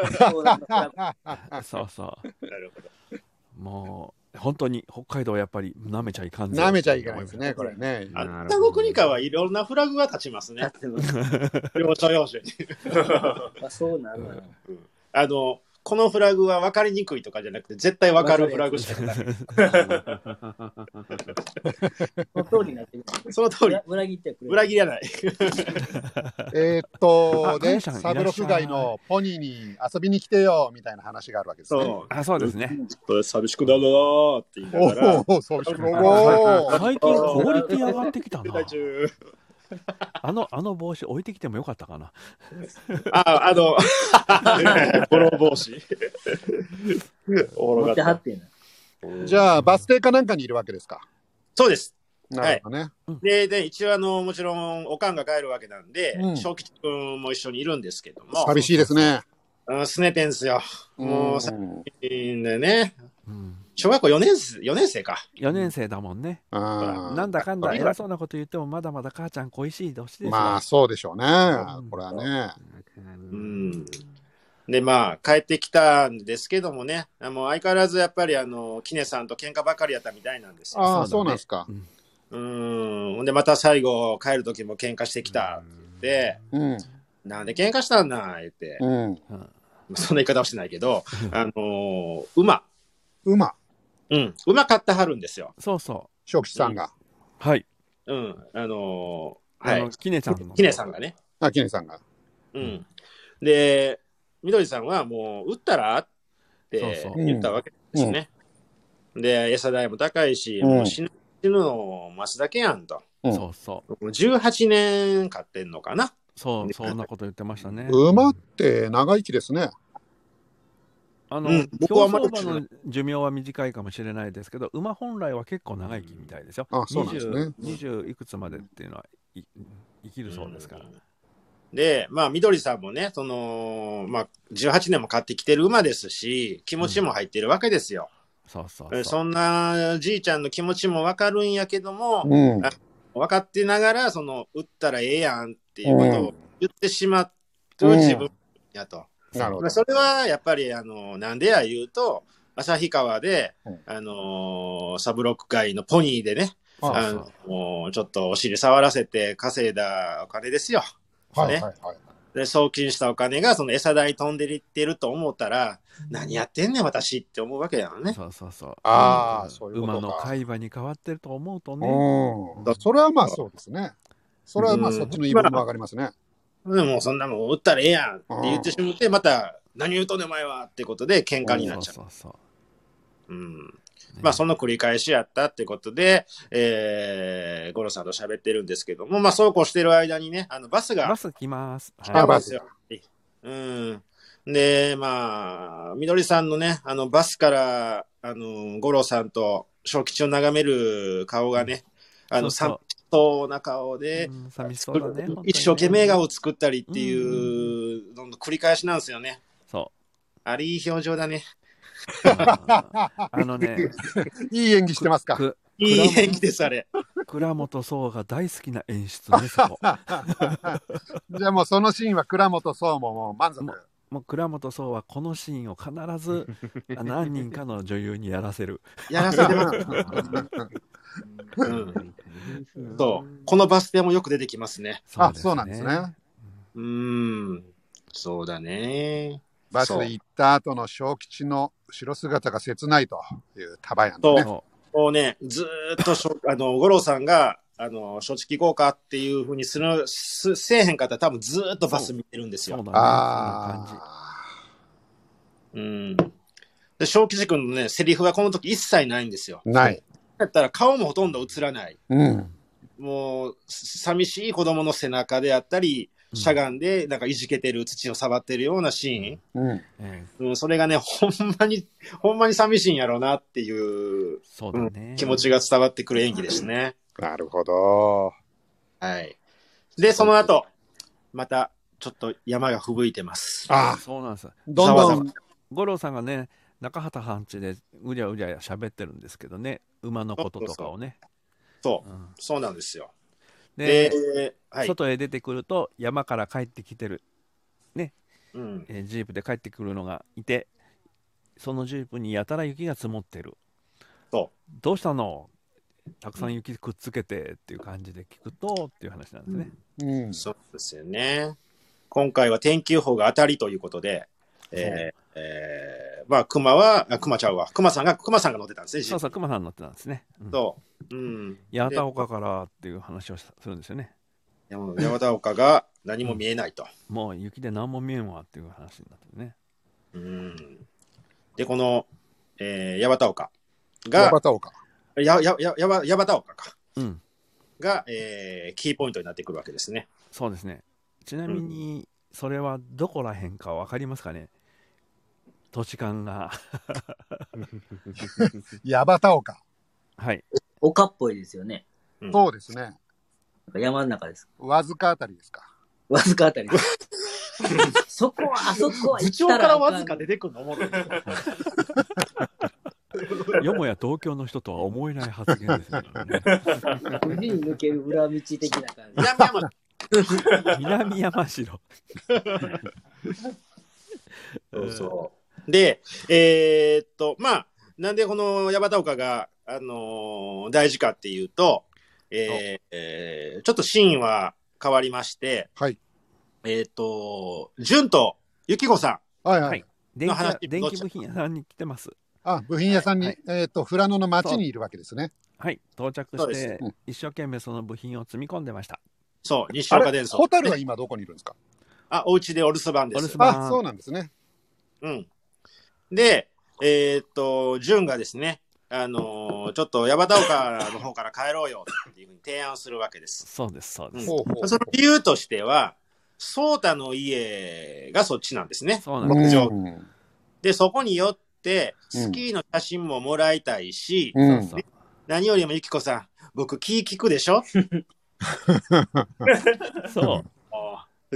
そうそう。なるほど。もう本当に北海道やっぱり舐めちゃいかん。 舐めちゃいけないですね、これね。 北国川はいろんなフラグが立ちますね。要所要所に。 あ、そうなる。 あのこのフラグは分かりにくいとかじゃなくて絶対分かるフラグしかない。 その通りになってる。 その通り。 裏切ってくれ。 裏切らない。 えっとでサブロク街のポニーに遊びに来てよみたいな話があるわけですね。 そうあそうですね。 寂しくなるなーって言いながら。 おお寂しくなるな。 最近クオリティ上がってきたな。あの、あの帽子置いてきてもよかったかな。 あ、あの、ボロ帽子。 持ってはってんな。じゃあ、バス停かなんかにいるわけですか。 そうです。 なるほどね。 はい、で、で、一応あの、もちろん、おかんが帰るわけなんで、うん、小吉くんも一緒にいるんですけども。 寂しいですね。 すねてんすよ。もう、寂しいんでね。うん小学校よねん生、よねん生か。 よねん生だもんね。なんだかんだ偉そうなこと言ってもまだまだ母ちゃん恋しい年ですよ。 まあそうでしょうね。これはね。 うん。でまあ帰ってきたんですけどもね、もう相変わらずやっぱりあのキネさんと喧嘩ばかりやったみたいなんですよ。 ああそうなんですか。 ううん。で、また最後、帰る時も喧嘩してきたって言って、うん、なんで喧嘩したんだ言って、うん、そんな言い方はしてないけど、あのー、馬。 馬。 うん。馬買ってはるんですよ。 そうそう。 正吉さんが。 うん、はい。 うん。あのー、はい。 きねさんの。 きねさんがね。 あ、きねさんが。 うん。で、みどりさんはもう、売ったらって言ったわけですね。うん、で、餌代も高いし、うん、もう死ぬのを待つだけやんと。 うん、そうそう。 じゅうはちねん飼ってんのかな。 そう、そんなこと言ってましたね。 馬って長生きですね。 あの、うん、僕は競走馬の寿命は短いかもしれないですけど、馬本来は結構長生きみたいですよ。 あ、そうなんですね。 にじゅういくつまでっていうのは生きるそうですから。うん、 で、まあ、みどりさんもね、その、まあ、じゅうはちねんも飼ってきてる馬ですし、気持ちも入ってるわけですよ。 うん、そうそうそう。 そんなじいちゃんの気持ちもわかるんやけども、うん、分かってながら、その、売ったらええやんっていうことを言ってしまう自分やと。うん、なるほど。それはやっぱり、あの、なんでや言うと、旭川で、うん、あの、サブロック界のポニーでね、あのもうちょっとお尻触らせて稼いだお金ですよ。はいはいはい。で、送金したお金がその餌代飛んでいってると思ったら、うん、何やってんねん私って思うわけだよね。 そうそうそう。 ああ、そういうことか。 馬の海馬に変わってると思うとね。 うん。それはまあそうですね。それはまあそっちの言い分もわかりますね。 でもそんなもん売ったらええやんって言ってしまって、また何言うとんねんお前はってことで喧嘩になっちゃう。そうそうそう。うん。まあその繰り返しやったってことで、えー、ゴロさんと喋ってるんですけども、まあそうこうしてる間にね、あのバスが。 バス来ます。 来たんですよ。うん。で、まあ、みどりさんのね、あのバスから、あの、ゴロさんと小吉を眺める顔がね、あの、寂しそうな顔で、 うん、寂しそうだね。 一生懸命笑顔を作ったりっていうのの繰り返しなんですよね。 そう。 あれいい表情だね。 あ, あのね、 いい演技してますか。 いい演技です、あれ。 倉本壮が大好きな演出ね、そこ。 じゃあもうそのシーンは倉本壮ももう満足。 もう、もう倉本壮はこのシーンを必ず何人かの女優にやらせる。 やらせてます。うん、そう。このバス停もよく出てきますね。 あ、そうなんですね。 うーん。そうだね。 バス行った後の小吉の後ろ姿が切ないというタバヤンだね。 もうね、ずーっとしょあの五郎さんがあの初期行こうかっていうふうにするすせえへんかったら多分ずーっとバス見てるんですよ。 そうだね。ああ。 うん。で小吉君のねセリフがこの時一切ないんですよ。 ない。 だったら顔もほとんど映らない。 うん。 もう寂しい子供の背中であったり。しゃがんで、なんかいじけてる土を触ってるようなシーン。うん。うん、それがね、ほんまに、ほんまに寂しいんやろうなっていう、 そうだね、 うん、気持ちが伝わってくる演技ですね。 なるほど。 はい。で、その後、また、ちょっと山が吹雪いてます。 ああ、そうなんです。 どんどん。 五郎さんがね、中畑班地でうじゃうじゃ喋ってるんですけどね、馬のこととかをね。 そう、そう、うん、そうなんですよ。 で、ではい、外へ出てくると山から帰ってきてる、ねうんえー、ジープで帰ってくるのがいて、そのジープにやたら雪が積もってる。 そうどうしたの、たくさん雪くっつけてっていう感じで聞くとっていう話なんですね、 うんうん、そうですよね。今回は天気予報が当たりということで、えーえー、まあ熊は熊ちゃうわ熊さんが熊さんが乗ってたんですね。 そうそう、熊さん乗ってたんですね、 うん、そう、うん、 八幡岡からっていう話をするんですよね。 八幡岡が何も見えないと、 うん、もう雪で何も見えんわっていう話になってるね。 うん、でこの、えー、八幡岡が八幡岡やややや八幡岡か、 うん、 が、えー、キーポイントになってくるわけですね。 そうですね。ちなみにそれはどこらへんか分かりますかね、土地勘が。 八幡岡、 はい、 丘っぽいですよね。 うん、そうですね。 山の中です。 わずかあたりですか。 わずかあたりです。そこは、あそこは部長からわずか出てくるの思ってる。 よもや東京の人とは思えない発言ですよね。 富士に抜ける裏道的な感じ。 南山南山城。 そうそう。で、えー、っと、まあ、なんでこの八幡岡が、あのー、大事かっていうと、 えーえー、ちょっとシーンは変わりまして、 はい。 えっ、ー、と、純とゆきこさん。はいはい。 電気、電気部品屋さんに来てます。 あ、部品屋さんに、はい、えっ、ー、と、富良野の町にいるわけですね。 はい。到着して、うん、一生懸命その部品を積み込んでました。 そう、西岡伝送。 ホタルは今どこにいるんですか？ あ、お家でお留守番です。お留守番。あ、そうなんですね。 うん。で、えっ、ー、と、純がですね、あのー、ちょっと矢幡岡の方から帰ろうよっていうふうに提案するわけです。 そうです、そうです。 うん、その理由としては、颯太の家がそっちなんですね。 そうなんです。 で、そこによって、スキーの写真ももらいたいし、 うん、 何よりもゆきこさん、僕気聞くでしょそう。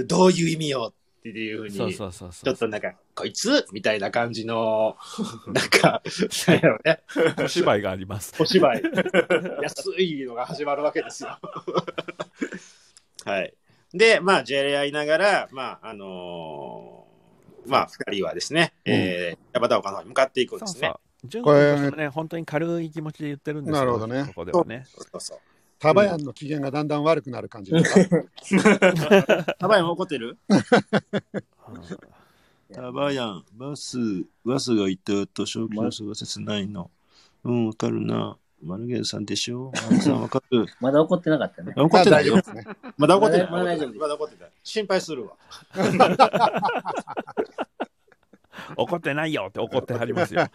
どういう意味よっていうふうに、そうそうそうそう、ちょっとなんか、こいつみたいな感じの、なんか、なんやろね。 お芝居があります。 お芝居。安いのが始まるわけですよ。はい。で、まあ、じゃれ合いながら、まあ、あのー、まあ、二人はですね、うん、えー、矢幡岡の方に向かっていくんですね。 純子としてもね、本当に軽い気持ちで言ってるんですよ。 なるほどね。 ここではね。 そうそうそう。 タバヤンの機嫌がだんだん悪くなる感じですか？ タバヤン怒ってる？タバヤン、バス、バスがいたと正気を探せてないの。うん、わかるな。マルゲンさんでしょ？マルさんわかる。 まだ怒ってなかったね。 怒ってないよ。 ね、 まだ怒ってない。 まだ大丈夫。 まだ怒ってない。心配するわ。 怒ってないよって怒ってはりますよ。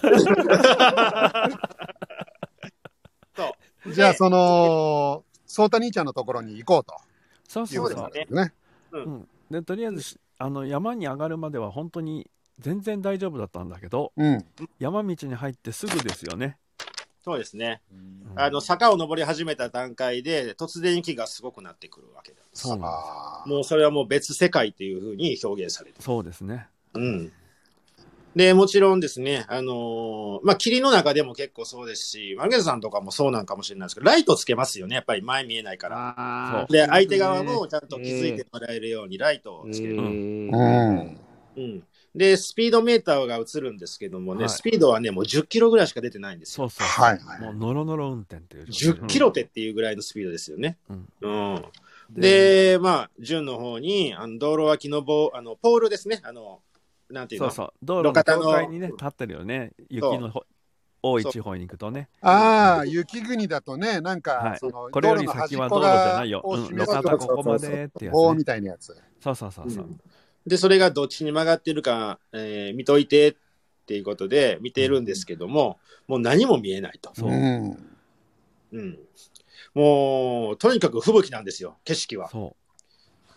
そう。 じゃあ、その、颯太兄ちゃんのところに行こうと。 そうそうそう。 ですね。 うん。 で、とりあえず、あの、山に上がるまでは本当に全然大丈夫だったんだけど、 うん、 山道に入ってすぐですよね。 そうですね。うん、あの、坂を登り始めた段階で、突然雪がすごくなってくるわけです。 そうなんです。 もうそれはもう別世界というふうに表現されてる。 そうですね。 うん。で、もちろんですね、あのー、まあ、霧の中でも結構そうですし、マルゲンさんとかもそうなんかもしれないですけど、ライトつけますよね、やっぱり前見えないから。で、相手側もちゃんと気づいてもらえるようにライトをつける。 うん。 うん。で、スピードメーターが映るんですけどもね、はい、スピードはね、もうじゅっキロぐらいしか出てないんですよ。 そうそう。 はい、はい。 もうノロノロ運転っていう。 じゅっキロ手っていうぐらいのスピードですよね。 うん。 うん。で、でまあ、順の方に、あの、道路脇の棒、あの、ポールですね、あの、なんていうの？ そうそう。道路の境界にね、立ってるよね。雪の多い地方に行くとね。 ああ、雪国だとね、なんか、 はい、 そのこれより先は道路じゃないよ。うん、路肩ここまでってやつ、ね。 棒みたいなやつ。 そうそうそうそう、うん。 で、それがどっちに曲がってるか、えー、見といてっていうことで見てるんですけども、うん、もう何も見えないと。 そう。うん。 うん、もう、とにかく吹雪なんですよ、景色は。 そう。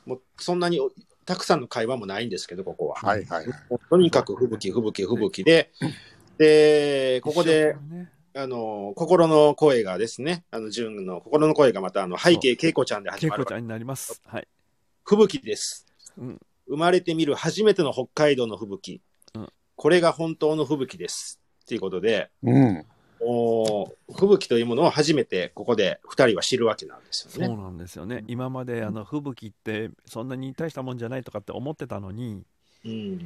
もう、そんなにたくさんの会話もないんですけど、ここは。 はいはい。 とにかく吹雪、吹雪、吹雪で、で、ここで、ね、あの、心の声がですね、あの、純の心の声がまた、あの、背景、恵子ちゃんで始まる。 恵子ちゃんになります。はい。 吹雪です。 うん。 生まれてみる初めての北海道の吹雪。 うん。 これが本当の吹雪です。っていうことで、 うん。 お吹雪というものを初めてここで二人は知るわけなんですよね。 そうなんですよね。今まであの吹雪ってそんなに大したもんじゃないとかって思ってたのに、 うん、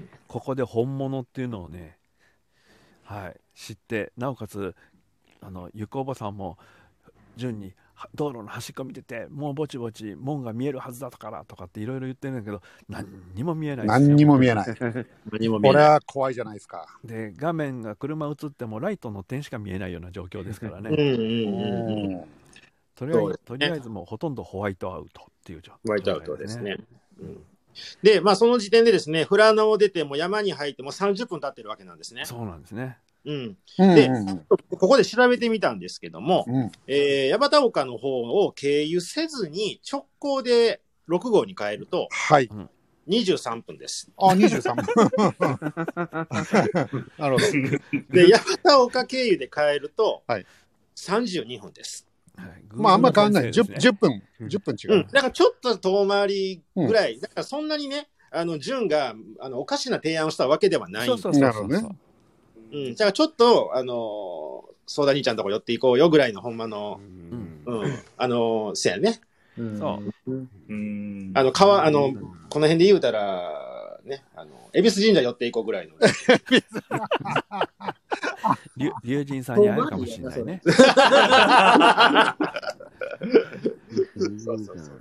ここで本物っていうのをね、はい、知って、なおかつあのゆくおばさんも順に道路の端っこ見てて、もうぼちぼち門が見えるはずだからとかっていろいろ言ってるんだけど、何にも見えないですよ。 何にも見えない。 何も見えない。 これは怖いじゃないですか。 で、画面が車映ってもライトの点しか見えないような状況ですからね。 うんうんうんうん、 とりあえず、ね、とりあえずもうほとんどホワイトアウトっていう状況、ね、 ホワイトアウトですね。うん、で、まあその時点でですね、富良野を出ても山に入ってもさんじゅっぷん経ってるわけなんですね。 そうなんですね。 うん、で、 うんうんうん、 ここで調べてみたんですけども、 うん、 えー、矢幡岡の方を経由せずに直行でろく号に変えると、 はい、 にじゅうさんぷんです。 あ、にじゅうさんぷん。なるほど。 で、矢幡岡経由で変えると、 はい、 さんじゅうにふんです。 はい、 まあ、あんま変わんない。じゅっぷん、じゅっぷん違う。 うん、だからちょっと遠回りぐらい、うん、だからそんなにね、あの、順が、あの、おかしな提案をしたわけではないんです。 そうそうそうそう。 うん、じゃあちょっと、あのー、相談兄ちゃんのとこ寄っていこうよぐらいのほんまの、うん、うん、あのー、せやね。 うん、そう。 うん、あの、川、あの、この辺で言うたら、ね、あの、恵比寿神社寄っていこうぐらいの。 龍神さんに会えるかもしれないね。 そうそうそう。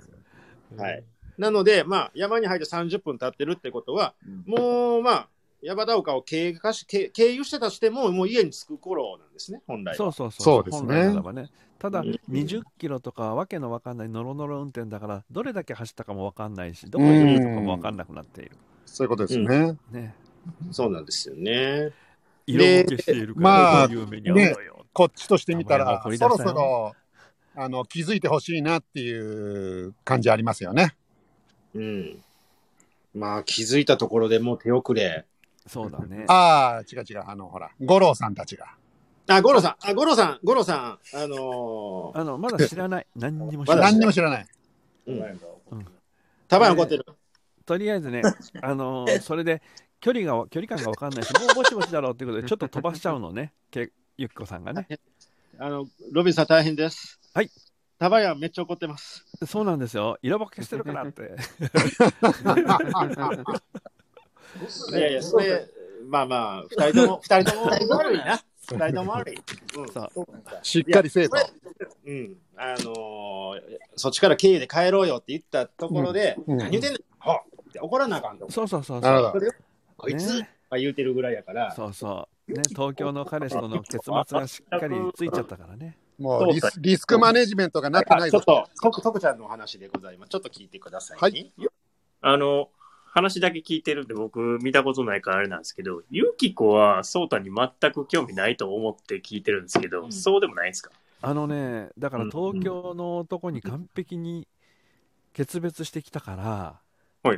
はい。なので、まあ、山に入ってさんじゅっぷん経ってるってことは、うん、もう、まあ、山田丘を経過し経由してたとしても、もう家に着く頃なんですね、本来は。 そうそうそう。 そうですね。 本来ならばね。ただ、にじゅっキロとかわけのわかんないノロノロ運転だから、どれだけ走ったかもわかんないし、どこへ行くとかもわかんなくなっている。 そういうことですね。うん、 ね。 そうなんですよね。 色分けしているから、 まあ、ね、こっちとしてみたら、そろそろあの気づいてほしいなっていう感じありますよね。 うん。まあ、気づいたところでもう手遅れ。 そうだね。 ああ、違う違う、あの、ほら、五郎さんたちが。 あ、五郎さん、あ、五郎さん、五郎さん、あのー、あの、まだ知らない。何にも知らない。何にも知らない。 うん。うん。たばや怒ってる。 とりあえずね、あのー、それで、距離が、距離感が分かんないし、もうぼちぼちだろうっていうことで、ちょっと飛ばしちゃうのね、けゆきこさんがね。 あの、ロビンさん大変です。 はい。 たばやめっちゃ怒ってます。 そうなんですよ。色ぼけしてるからって。 いやいや、それ、まあまあ、二人とも、二人とも悪いな。二人とも悪い。うん、 そうしっかりせえと。 うん。あのー、そっちから経由で帰ろうよって言ったところで、うん、何言ってんの、はって怒らなあかんと。 そうそうそうそう。 こいつ、ね、言うてるぐらいやから。 そうそう。ね、東京の彼氏との結末がしっかりついちゃったからね。 もうリス、リスクマネジメントがなってないぞ。ちょっと、とく、とくちゃんのお話でございます。ちょっと聞いてください、ね。はい。 あの、話だけ聞いてるんで僕見たことないからあれなんですけど、ゆきこはソータに全く興味ないと思って聞いてるんですけど、うん、そうでもないんですか？ あのね、だから東京の男に完璧に決別してきたから、 はい、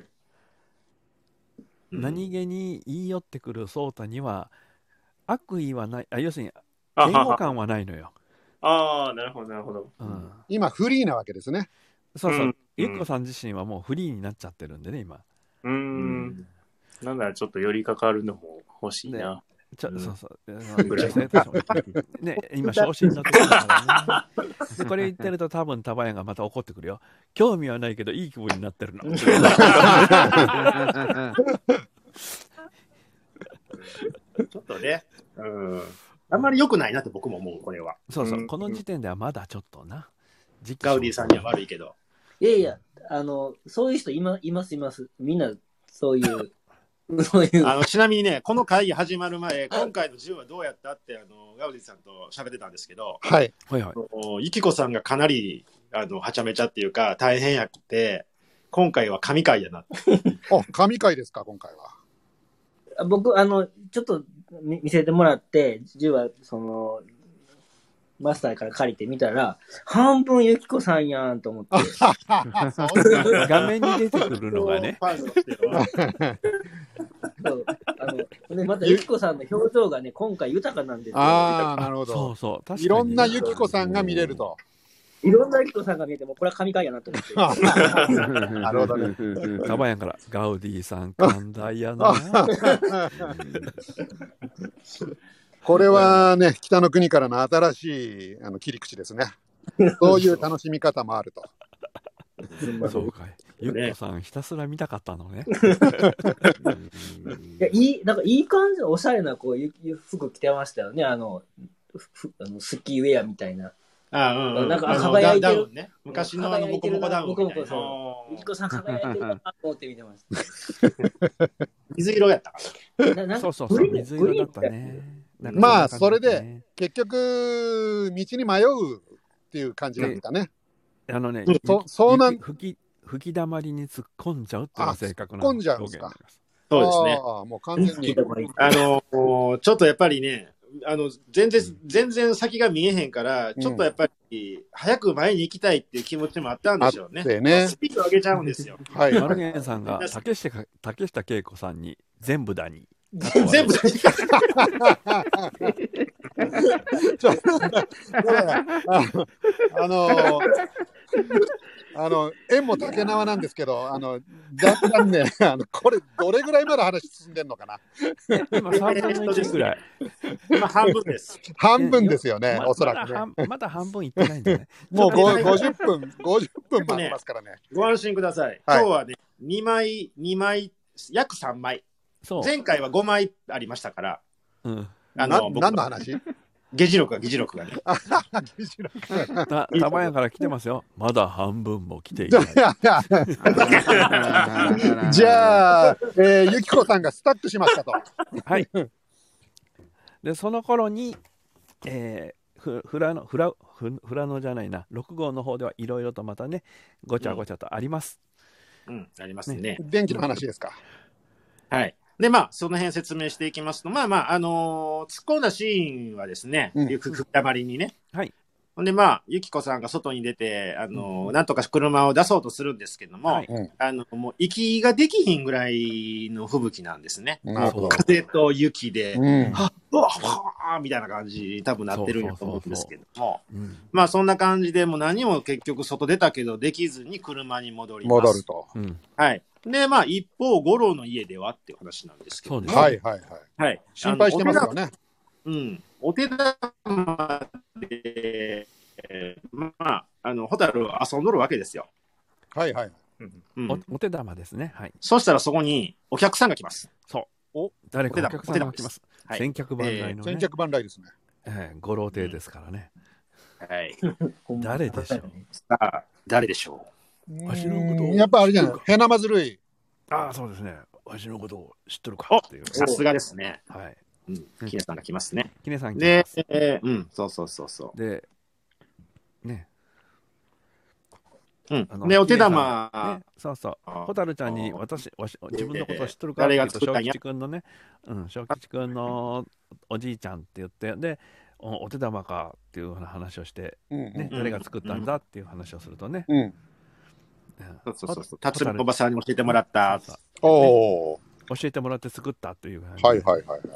何気に言い寄ってくるソータには悪意はない、あ、要するに嫌悪感はないのよ。 ああ、なるほどなるほど、 うん、今フリーなわけですね。 そうそう、うん、ゆきこさん自身はもうフリーになっちゃってるんでね今。 うーん、うん、なんならちょっと寄りかかるのも欲しいな。 ね、ちょ、うん、そうそう。女性たちもね、今昇進のところだからね。これ言ってると多分タバヤがまた怒ってくるよ。興味はないけどいい気分になってるの。ちょっとね、うん、あんまり良くないなって僕も思うこれは。 そうそう、うん、この時点ではまだちょっとな。 ガウディさんには悪いけど。 いやいや、あのそういう人いまいますいます。みんなそういう。そういうあのちなみにね、この会議始まる前、今回のじゅうはどうやったってあのガウディさんと喋ってたんですけど、 はい、 はいはい。 ゆきこさんがかなりあのはちゃめちゃっていうか大変やって、今回は神回やなって。 あ、神回ですか今回は。 僕あのちょっと見せてもらってじゅうはその。マスターから借りてみたら、半分ゆきこさんやんと思って。 画面に出てくるのがね。 そうあのでまたゆきこさんの表情がね、今回豊かなんですよ。 ああ、なるほど。 そうそう。確かにいろんなゆきこさんが見れると。 いろんなゆきこさんが見えても、これは神回やなと思って。 なるほどね。 タバヤンから、ガウディさん、寛大やな。 これはね、北の国からの新しいあの切り口ですね。そういう楽しみ方もあると。 そうかい。ゆきこさん、ひたすら見たかったのね。 いや、いい、なんかいい感じのおしゃれなこうゆ服着てましたよね。あの、あのスキーウェアみたいな。 あうんうん、 なんか輝いてる。 ね、昔のあのボコボコダウンみたいな。 ゆきこさん輝いてるなと思って見てました。 水色やったかな。そうそうそう、水色だったね。 まあそれで結局道に迷うっていう感じなんだね。 あのね、 そそうなん吹き吹きだまりに突っ込んじゃうっていうのが正確な表現です。 そうですね。 あもう完全にあのちょっとやっぱりね、あの全然全然先が見えへんから、ちょっとやっぱり早く前に行きたいっていう気持ちもあったんでしょうね。 ね、 スピード上げちゃうんですよ。 はい。 マルゲンさんが竹下竹下恵子さんに全部だに。 全部ちょあのあの縁も竹縄なんですけど、あのだんだんね、あのこれどれぐらいまで話進んでんのかな。 今さんぶんのいちぐらい。 今半分です。 半分ですよね、おそらくね。 まだ半分いってないんじゃない？ もうごじゅっぷんごじゅっぷん待ってますからね。 ご安心ください。今日はねにまいにまい約さんまい。前回はごまいありましたから。 うん。 あのな何の話？ 議事録が、議事録がね。 議事録が。 た、たまやから来てますよ。まだ半分も来ていない。 じゃあ、えー、ゆきこさんがスタックしましたと。 はい。で、その頃に、えー、ふ、ふらの、ふら、ふ、ふらのじゃないな、ろく号の方ではいろいろとまたね、ごちゃごちゃとあります。 うん、うん、ありますね。 電気の話ですか。 はい。で、まあ、その辺説明していきますと、まあまあ、あのー、突っ込んだシーンはですね、うん、ゆくふたまりにね。 はい。 ほんで、まあ、ゆきこさんが外に出て、あのー、うん、なんとか車を出そうとするんですけども、はい、あの、もう、息ができひんぐらいの吹雪なんですね。 なるほど。 風と雪で、うん、はっ、わっ、はっ、みたいな感じに多分なってるんやと思うんですけども、そうそうそう、うん、まあ、そんな感じで、もう何も結局外出たけど、できずに車に戻ります。 戻ると。 うん、 はい。で、まあ、一方、五郎の家ではっていう話なんですけども。 そうです。はいはいはい。 はい。 心配してますよね。 うん。お手玉で、えー、まあ、あの、ホタル遊んどるわけですよ。 はいはい。 うん、 お, お手玉ですね。はい。 そしたらそこにお客さんが来ます。 そう。お、誰かお客さんが来ます。はい、千客万来の、ね。 千客万来ですね。 えー、五郎亭ですからね。 うん、はい。 誰でしょう。 さあ、誰でしょう。 わしのことをやっぱあれじゃない、へなまずるい。 ああ、そうですね。わしのことを知っとるかっていう。 さすがですね。 はい。 うん。キネさんが来ますね。 キネさん来ます。 で、えー、うん、そうそうそうそう。 で、ね。 うん。で、お手玉、 ね、そうそう。ホタルちゃんに私、わし、自分のことを知っとるかって言うと、小吉くんのね、うん、小吉くんのおじいちゃんって言って、で、お, お手玉かっていう話をして、ね、うん、誰が作ったんだっていう話をするとね、 うん、 そうそうそう。達郎おばさんに教えてもらった。 おお。 教えてもらって作ったという感じ。はいはいはいはい。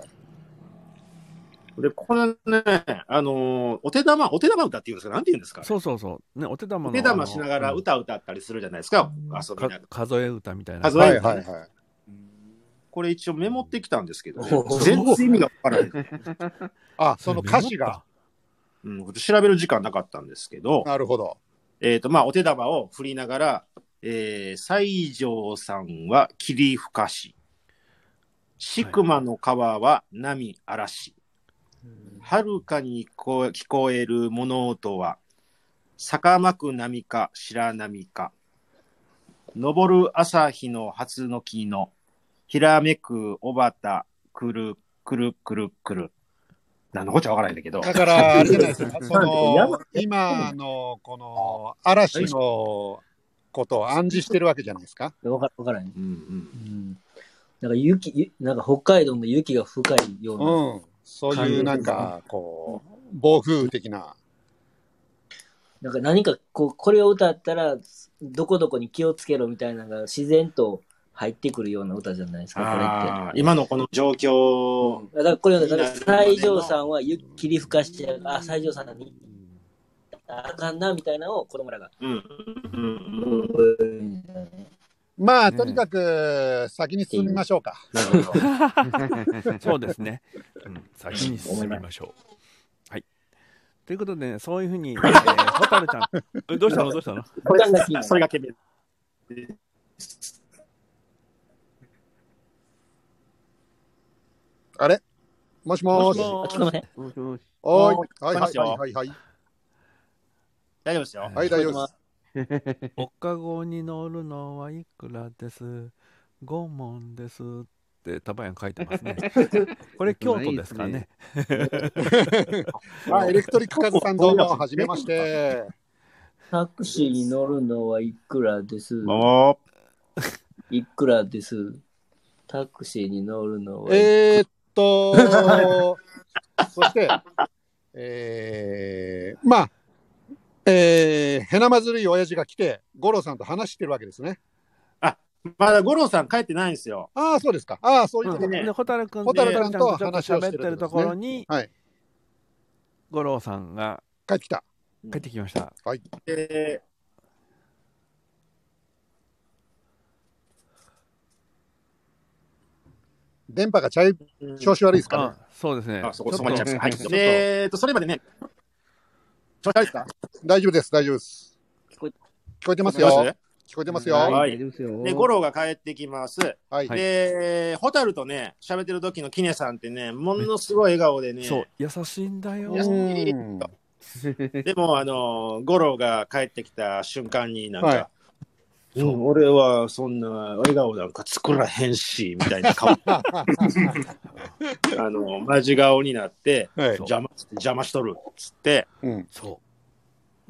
で、これね、あのー、お手玉、お手玉歌っていうんですか、なんて言うんですか、ね、 そうそうそう。ね、お手玉の。 お手玉しながら歌歌ったりするじゃないですか、うん、遊びながら。 数え歌みたいな。 数え歌、 ね。はいはいはい。 これ一応メモってきたんですけど、ね、全然意味がわからない。 あ、その歌詞が。 うん、調べる時間なかったんですけど。 なるほど。 えっ、ー、と、まあ、お手玉を振りながら、えー、西条さんは霧吹かし。シクマの川は波嵐。はるかに聞こえる物音は、坂巻く波か白波か。昇る朝日の初の木の、ひらめくおばた、くるくるくるくる。何のこっちゃわからないんだけど。 だから、あれじゃないですか。その、今のこの嵐のことを暗示してるわけじゃないですか。 わかわからない。 うんうんうん。 なんか雪、なんか北海道の雪が深いような。 うん。そういうなんか、こう、暴風的な。 なんか何かこう、これを歌ったら、どこどこに気をつけろみたいなのが自然と入ってくるような歌じゃないですか、これって。 今のこの状況。 うん、だからこれは、だから西条さんは霧吹かして、あ、西条さんに、あかんな、みたいなのを子供らが。 うん。 うん。 まあ、とにかく、先に進みましょうか。 なるほど。そうですね。うん、先に進みましょう。はい。ということで、ね、そういうふうに、えー、ホタルちゃん、どうしたのどうしたのそれが決め。 あれもしもーし。 聞こえません。 もしもし。おーい。はいはいはいはい。 大丈夫ですよ。 はい、大丈夫です。 おかごに乗るのはいくらです。ごもんですってタバヤン書いてますね。これ京都ですかね。 あ、エレクトリックカズさんどうもはじめまして。 タクシーに乗るのはいくらです。 おいくらです。タクシーに乗るのはえーっとそしてえー、まあ。えー、へなまずるい親父が来て、五郎さんと話してるわけですね。 あ、まだ五郎さん帰ってないんですよ。 ああ、そうですか。ああ、そういうことね。で、ホタル君と話を喋ってるところに、 はい。 五郎さんが帰ってきた。 帰ってきました。 はい。 えー、 電波がちゃい調子悪いですかね。 そうですね。 あ、そこ、そこにちゃいます。はい。えーと、それまでね、調子悪いですか？ 大丈夫です、大丈夫です。 聞こえ、 聞こえてますよ。 聞聞こえてますよ。 はい。 大丈夫ですよ。 で、五郎が帰ってきます。 はい。 で、ホタルとね、喋ってる時のキネさんってね、ものすごい笑顔でね。 そう、優しいんだよ。 優しい。でも、あの、五郎が帰ってきた瞬間になんか、はい、うん、俺はそんな笑顔なんか作らへんし、みたいな顔。あの、マジ顔になって、はい、邪魔、邪魔しとるっつって、うん、そう。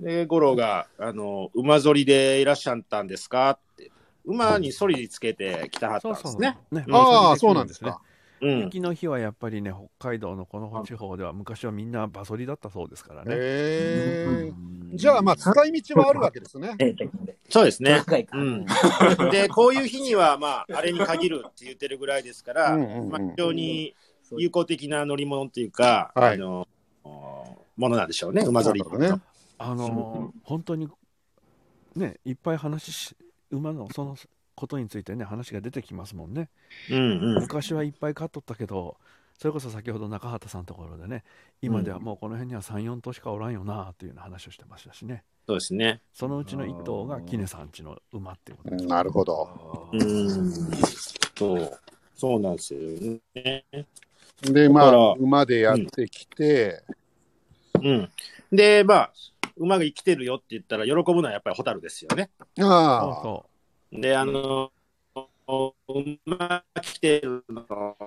で、五郎が、あの、馬ぞりでいらっしゃったんですかって、馬にソリつけて来たはったんですね。 そうそうね、ああ、そうなんですか。 うん、雪の日はやっぱりね、北海道のこの地方では昔はみんな馬そりだったそうですからね。 へー、じゃあまあ使い道はあるわけですね。 そうですね。うん、でこういう日にはまああれに限るって言ってるぐらいですから、まあ、非常に有効的な乗り物っていうか、はい、あのものなんでしょうね、馬ぞりね。 あの本当にね、いっぱい話し馬のそのことについてね、話が出てきますもんね。うんうん、昔はいっぱい飼っとったけど、それこそ先ほど中畑さんのところでね、今ではもうこの辺にはさん、よん頭しかおらんよなというような話をしてましたしね。 そうですね。 そのうちのいっ頭がキネさんちの馬っていうことです、 ね。なるほど。 うん、そう、そうなんですよね。 で、まあ、馬でやってきて、 うん、うん。で、まあ、馬が生きてるよって言ったら喜ぶのはやっぱりホタルですよね。ああ。そうそう。で、あの、馬来てるの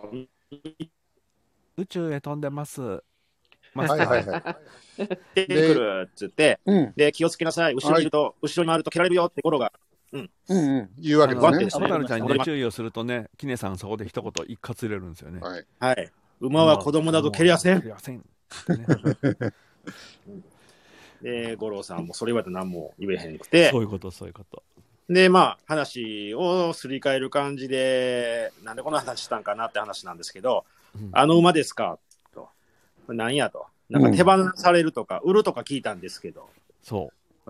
宇宙へ飛んでます。 はいはいはい。 出てくるっつって、うん、で、気をつけなさい。後ろにいると、はい、後ろに回ると蹴られるよってゴロが、うん。 うんうん。言うわけですね。 ホタルちゃんに注意をするとね、キネさんそこで一言一括入れるんですよね。 はい。はい。馬は子供など蹴りやせん。蹴りやせん。で、五郎さんもそれ言われて何も言えへんくて。 そういうこと、そういうこと。 で、まあ、話をすり替える感じで、なんでこの話したんかなって話なんですけど、うん、あの馬ですかと。何やと。なんか手放されるとか、うん、売るとか聞いたんですけど。 そう。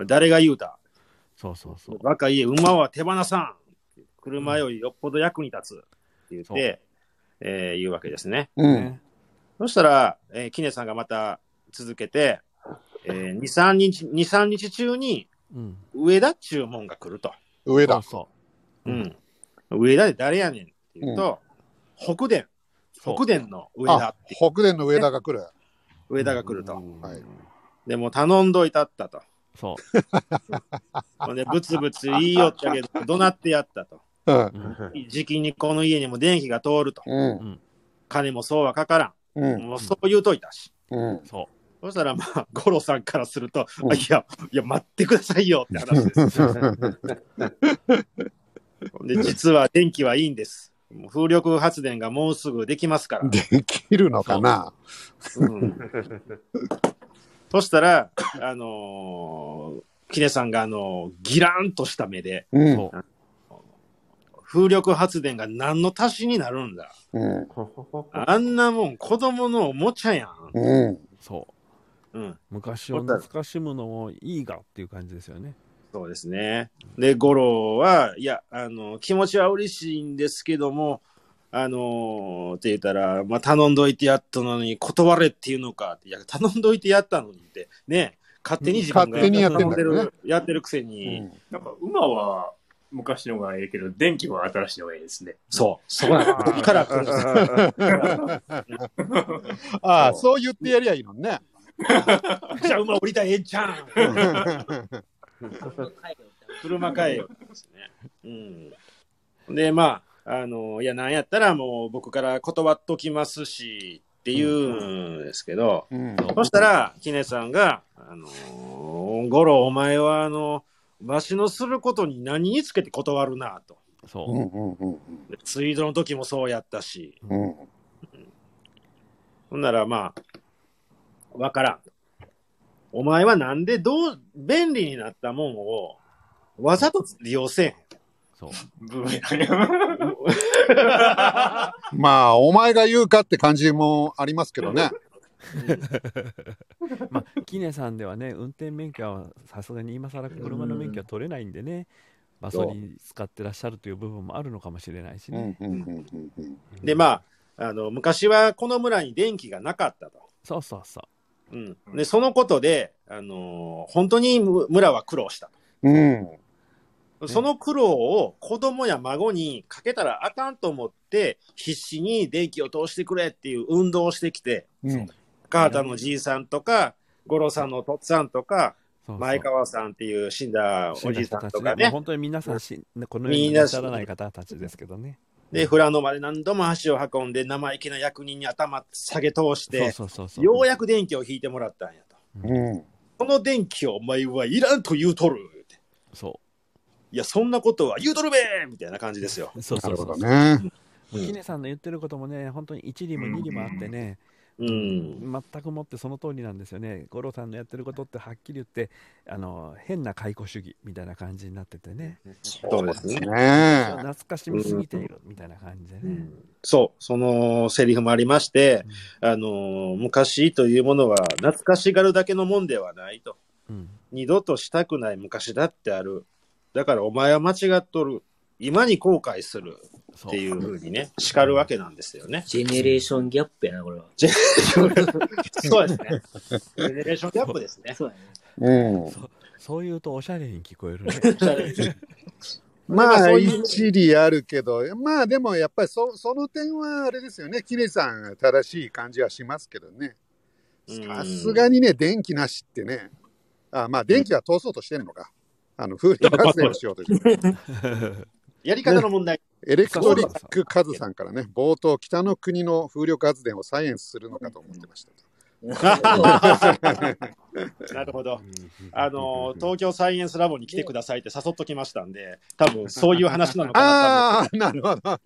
誰が言うた。 そうそうそう。 バカ言え、馬は手放さん。車よりよっぽど役に立つ。って言って、うん、えー、言うわけですね。うん、そしたら、えー、キネさんがまた続けて、えー、に、さんにち、に、さんにち中に、上田っちゅうもんが来ると。 上田。 そう。うん。上田で誰やねんって言うと、うん、北電。北電の上田って。 北電の上田が来る。 上田が来ると。はい。でも頼んどいたったと。 そう。 ほんで、ブツブツ言いよったけど、怒鳴ってやったと。うん。時期にこの家にも電気が通ると。うん。金もそうはかからん。うん。もうそう言うといたし。うん。そう。そしたらまあ、五郎さんからすると、うん、いや、いや、待ってくださいよって話です。で、実は電気はいいんです。風力発電がもうすぐできますから。 できるのかな、 うん、そしたら、あのー、キネさんが、あのー、ギラーンとした目で、うん、風力発電が何の足しになるんだ、うん、あんなもん子供のおもちゃやん。 うん、そう。うん、昔を懐かしむのもいいがっていう感じですよね。 そうですね。で、五郎は、いや、あの、気持ちは嬉しいんですけども、あのー、って言ったら、まあ、頼んどいてやったのに断れっていうのかって、いや、頼んどいてやったのにって、ね、勝手に自分が勝手にやってんだよね、 やってるくせに、うん。 なんか、馬は昔のがええけど、電気は新しいのがええですね。 そう。そうなんだ。から来るんですああ、そう言ってやりゃいいのね。 じゃあ馬降りたらええんちゃん。車買えよですね。うん。で、まあ、あの、いや、なんやったらもう僕から断っときますし、って言うんですけど、うん、そしたら、キネさんが、あのー、ゴロ、お前は、あの、わしのすることに何につけて断るな、と。そう。うんうんうん、ツイートの時もそうやったし。うんうん、ほんなら、まあ、わからん。お前はなんでどう、便利になったもんを、わざと利用せん。そう。 まあ、お前が言うかって感じもありますけどね。 まあ、キネさんではね、運転免許はさすがに今更車の免許は取れないんでね、バソリン使ってらっしゃるという部分もあるのかもしれないしね。 で、まあ、あの、昔はこの村に電気がなかったと。 そうそうそう。 うん、でそのことで、あのー、本当に村は苦労した。うん、 その苦労を子供や孫にかけたらあかんと思って、必死に電気を通してくれっていう運動をしてきて、うん、高畑のじいさんとか、五郎さんのとっつぁんとか、そうそう前川さんっていう死んだおじいさんとかね。 本当に皆さんし、このようにいらっしゃらない方たちですけどね。 で、富良野まで何度も足を運んで、生意気な役人に頭下げ通して、そうそうそうそうようやく電気を引いてもらったんやと。うん、この電気をお前はいらんと言うとるって。そう。いや、そんなことは言うとるべーみたいな感じですよ。 そうそうそう。なるほどね。キネさんの言ってることもね、本当に一理も二理もあってね、うん、全くもってその通りなんですよね。五郎さんのやってることってはっきり言ってあの変な解雇主義みたいな感じになっててね。 そうですね。 懐かしみすぎているみたいな感じでね。うん、 そうそのセリフもありまして、うん、あの昔というものは懐かしがるだけのもんではないと、うん、二度としたくない昔だってある。だからお前は間違っとる。今に後悔する。っていうふうにね、叱るわけなんですよね。 ジェネレーションギャップやな、これは。 そうですね。ジェネレーションギャップですね。そうやね。うん。そ, そう言うとおしゃれに聞こえるね。 まあ、一理あるけど、まあでもやっぱり そ, その点はあれですよね。キネさん正しい感じはしますけどね。さすがにね、電気なしってね。あまあ電気は通そうとしてるのか。あの、風力発電をしようとしてる。 やり方の問題、ね。 エレクトリックカズさんからね、冒頭、北の国の風力発電をサイエンスするのかと思ってました。 なるほど。あの、東京サイエンスラボに来てくださいって誘っときましたんで、多分そういう話なのかな。 ああ、なるほど。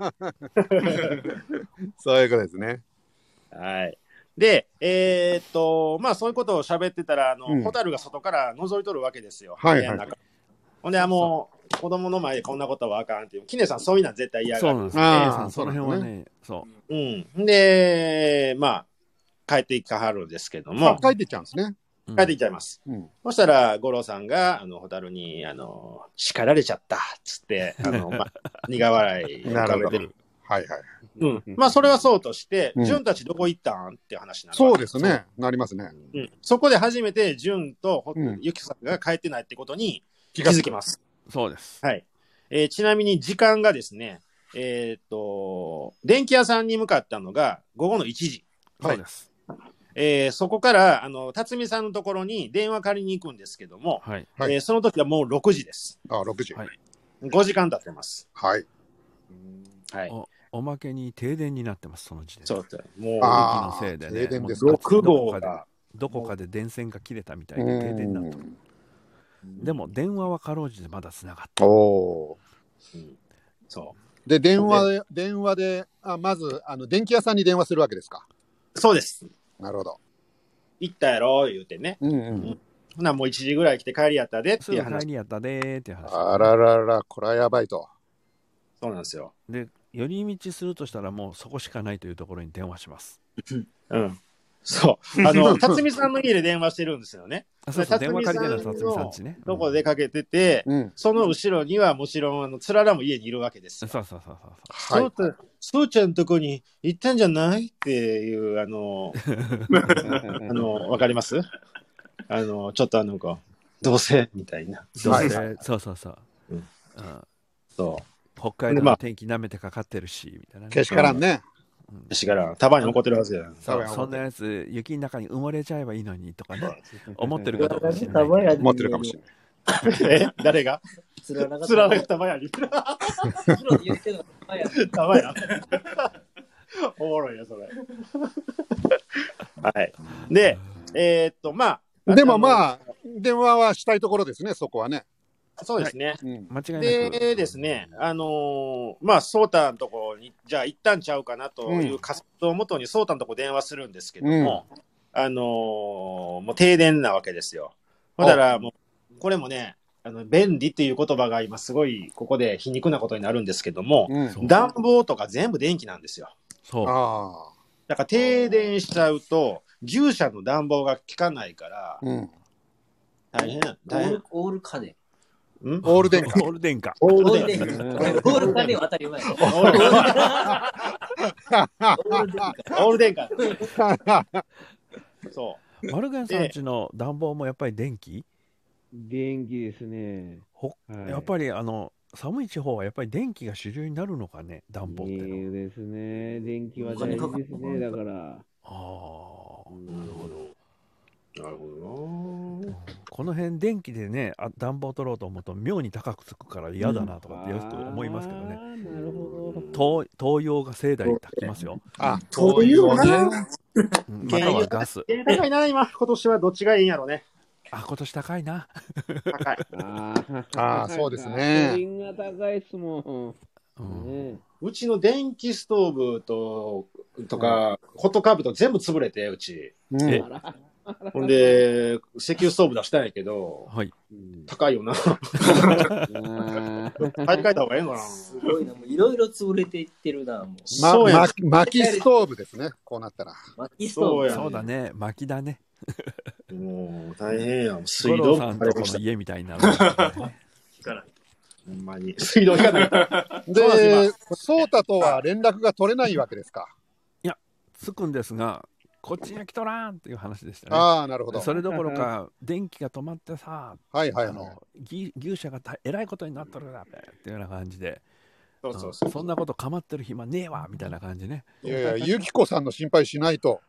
そういうことですね。 はい。で、えー、っと、まあそういうことを喋ってたら、あの、うん、ホタルが外から覗いとるわけですよ。はい、はい。ほんで、あもう、子供の前でこんなことはあかんっていう。キネさん、そういうのは絶対嫌がる。そうなんですね。 ああ、その辺はね、 そう。うん。で、まあ、帰っていかはるんですけども。 帰っていっちゃうんですね。 帰っていっちゃいます。うん、そしたら、五郎さんが、あの、ホタルに、あの、叱られちゃった、つって、あの、まあ、苦笑いを浮かべてる。 はいはい。 うん。まあ、それはそうとして、ジュンたちどこ行ったんっていう話になる。 そうですね。なりますね。 うん。そこで初めて、ジュンとユキさんが帰ってないってことに気づきます。 そうです。 はい。えー、ちなみに時間がですね、えー、っと、電気屋さんに向かったのが午後のいちじ。 そうです。 えー、そこから、あの、辰巳さんのところに電話借りに行くんですけども、はい。えー、その時はもうろくじです。 あ、ろくじ。 はい。ごじかん経ってます。 はい。 はい。 お、おまけに停電になってます、その時点で。 そうです。 もう、駅のせいでね。 停電ですろくごうが。 どこかで電線が切れたみたいで停電になった。でも電話はかろうじてまだつながった。 おー、うん、そうで電話で電話であまずあの電気屋さんに電話するわけですか。 そうです。 なるほど。 行ったやろ言うてね。うんうん。うん、ほなもういちじぐらい来て帰りやったでっていう話。 帰りやったでーっていう話。 あらららこれはやばいと。 そうなんですよ。 で寄り道するとしたらもうそこしかないというところに電話します。 うん。そう。あの、辰巳さんの家で電話してるんですよね。 そうそう、電話借りてる辰巳さんちね。 どこでかけてて、うん、その後ろにはもちろん、あの、つららも家にいるわけです。 そうそうそうそう。 はい。そう、そうちゃんとこに行ったんじゃないっていう、あの、あの、わかりますあの、ちょっとあの、こう、どうせ、みたいな。 どうせ、はい、そうそうそう。うん。 そう。 北海道の天気舐めてかかってるし、みたいな、ね。 けしからんね。 しから束に残ってるはずや。 そ, そんなやつ雪の中に埋もれちゃえばいいのにとかね思ってるかもしれない。 思ってるかもしれない。 え誰が？つららが束やに。束や。おもろいなそれ。はい。で、えー、っとまあでもまあ電話はしたいところですねそこはね。 そうですね。 はい、間違いなく。 でですね、あのー、まあ、ソータのところに、じゃあ行ったんちゃうかなという活動をもとに、ソータのところ電話するんですけども、うん、あのー、もう停電なわけですよ。だから、もう、これもね、あの、便利っていう言葉が今すごい、ここで皮肉なことになるんですけども、うん、暖房とか全部電気なんですよ。 そう。 あだから停電しちゃうと、牛舎の暖房が効かないから、うん、大変、大変。 オール家電。 オール電化。 オール電化。 オール電化。オール家電は当たり前。オール電化。そう。 マルゲンさんちの暖房もやっぱり電気？ 電気ですね。 ほやっぱりあの寒い地方はやっぱり電気が主流になるのかね、暖房ってのは。 いいですね。電気は大事ですね、だから。 ああ、なるほど。なるほどな。 この辺電気でね、あ暖房取ろうと思うと妙に高くつくから嫌だなとかってよく思いますけどね。 なるほど。 東東洋が盛大に炊きますよ。 あ、東洋ね。 またはガス。 高いな、今。今年はどっちがいいんやろね。 あ、今年高いな。 高い。 ああ、そうですね。 金が高いっすもん。 うんうちの電気ストーブと、とか、ホットカーペット全部潰れて、うち。 えほんで、石油ストーブ出したんやけど、 はい、 高いよな。買い替えた方がええのかな。 すごいな、もういろいろ潰れていってるな、もう。 ま、そうや。薪ストーブですね、こうなったら。 薪ストーブ。 そうそうだね、薪だね。 もう大変や。 水道さんとこの家みたいになる、ね。 ほんまに。水道引かないと。 で、ソータとは連絡が取れないわけですか。 いや、つくんですが、こっちには来とらんっていう話でしたね。 ああ、なるほど。 それどころか、電気が止まってさ、 はいはいはい。 牛牛舎がえらいことになっとるだっていうような感じで。 そうそうそう。 そんなこと構ってる暇ねえわみたいな感じね。 いやいや、ゆきこさんの心配しないと。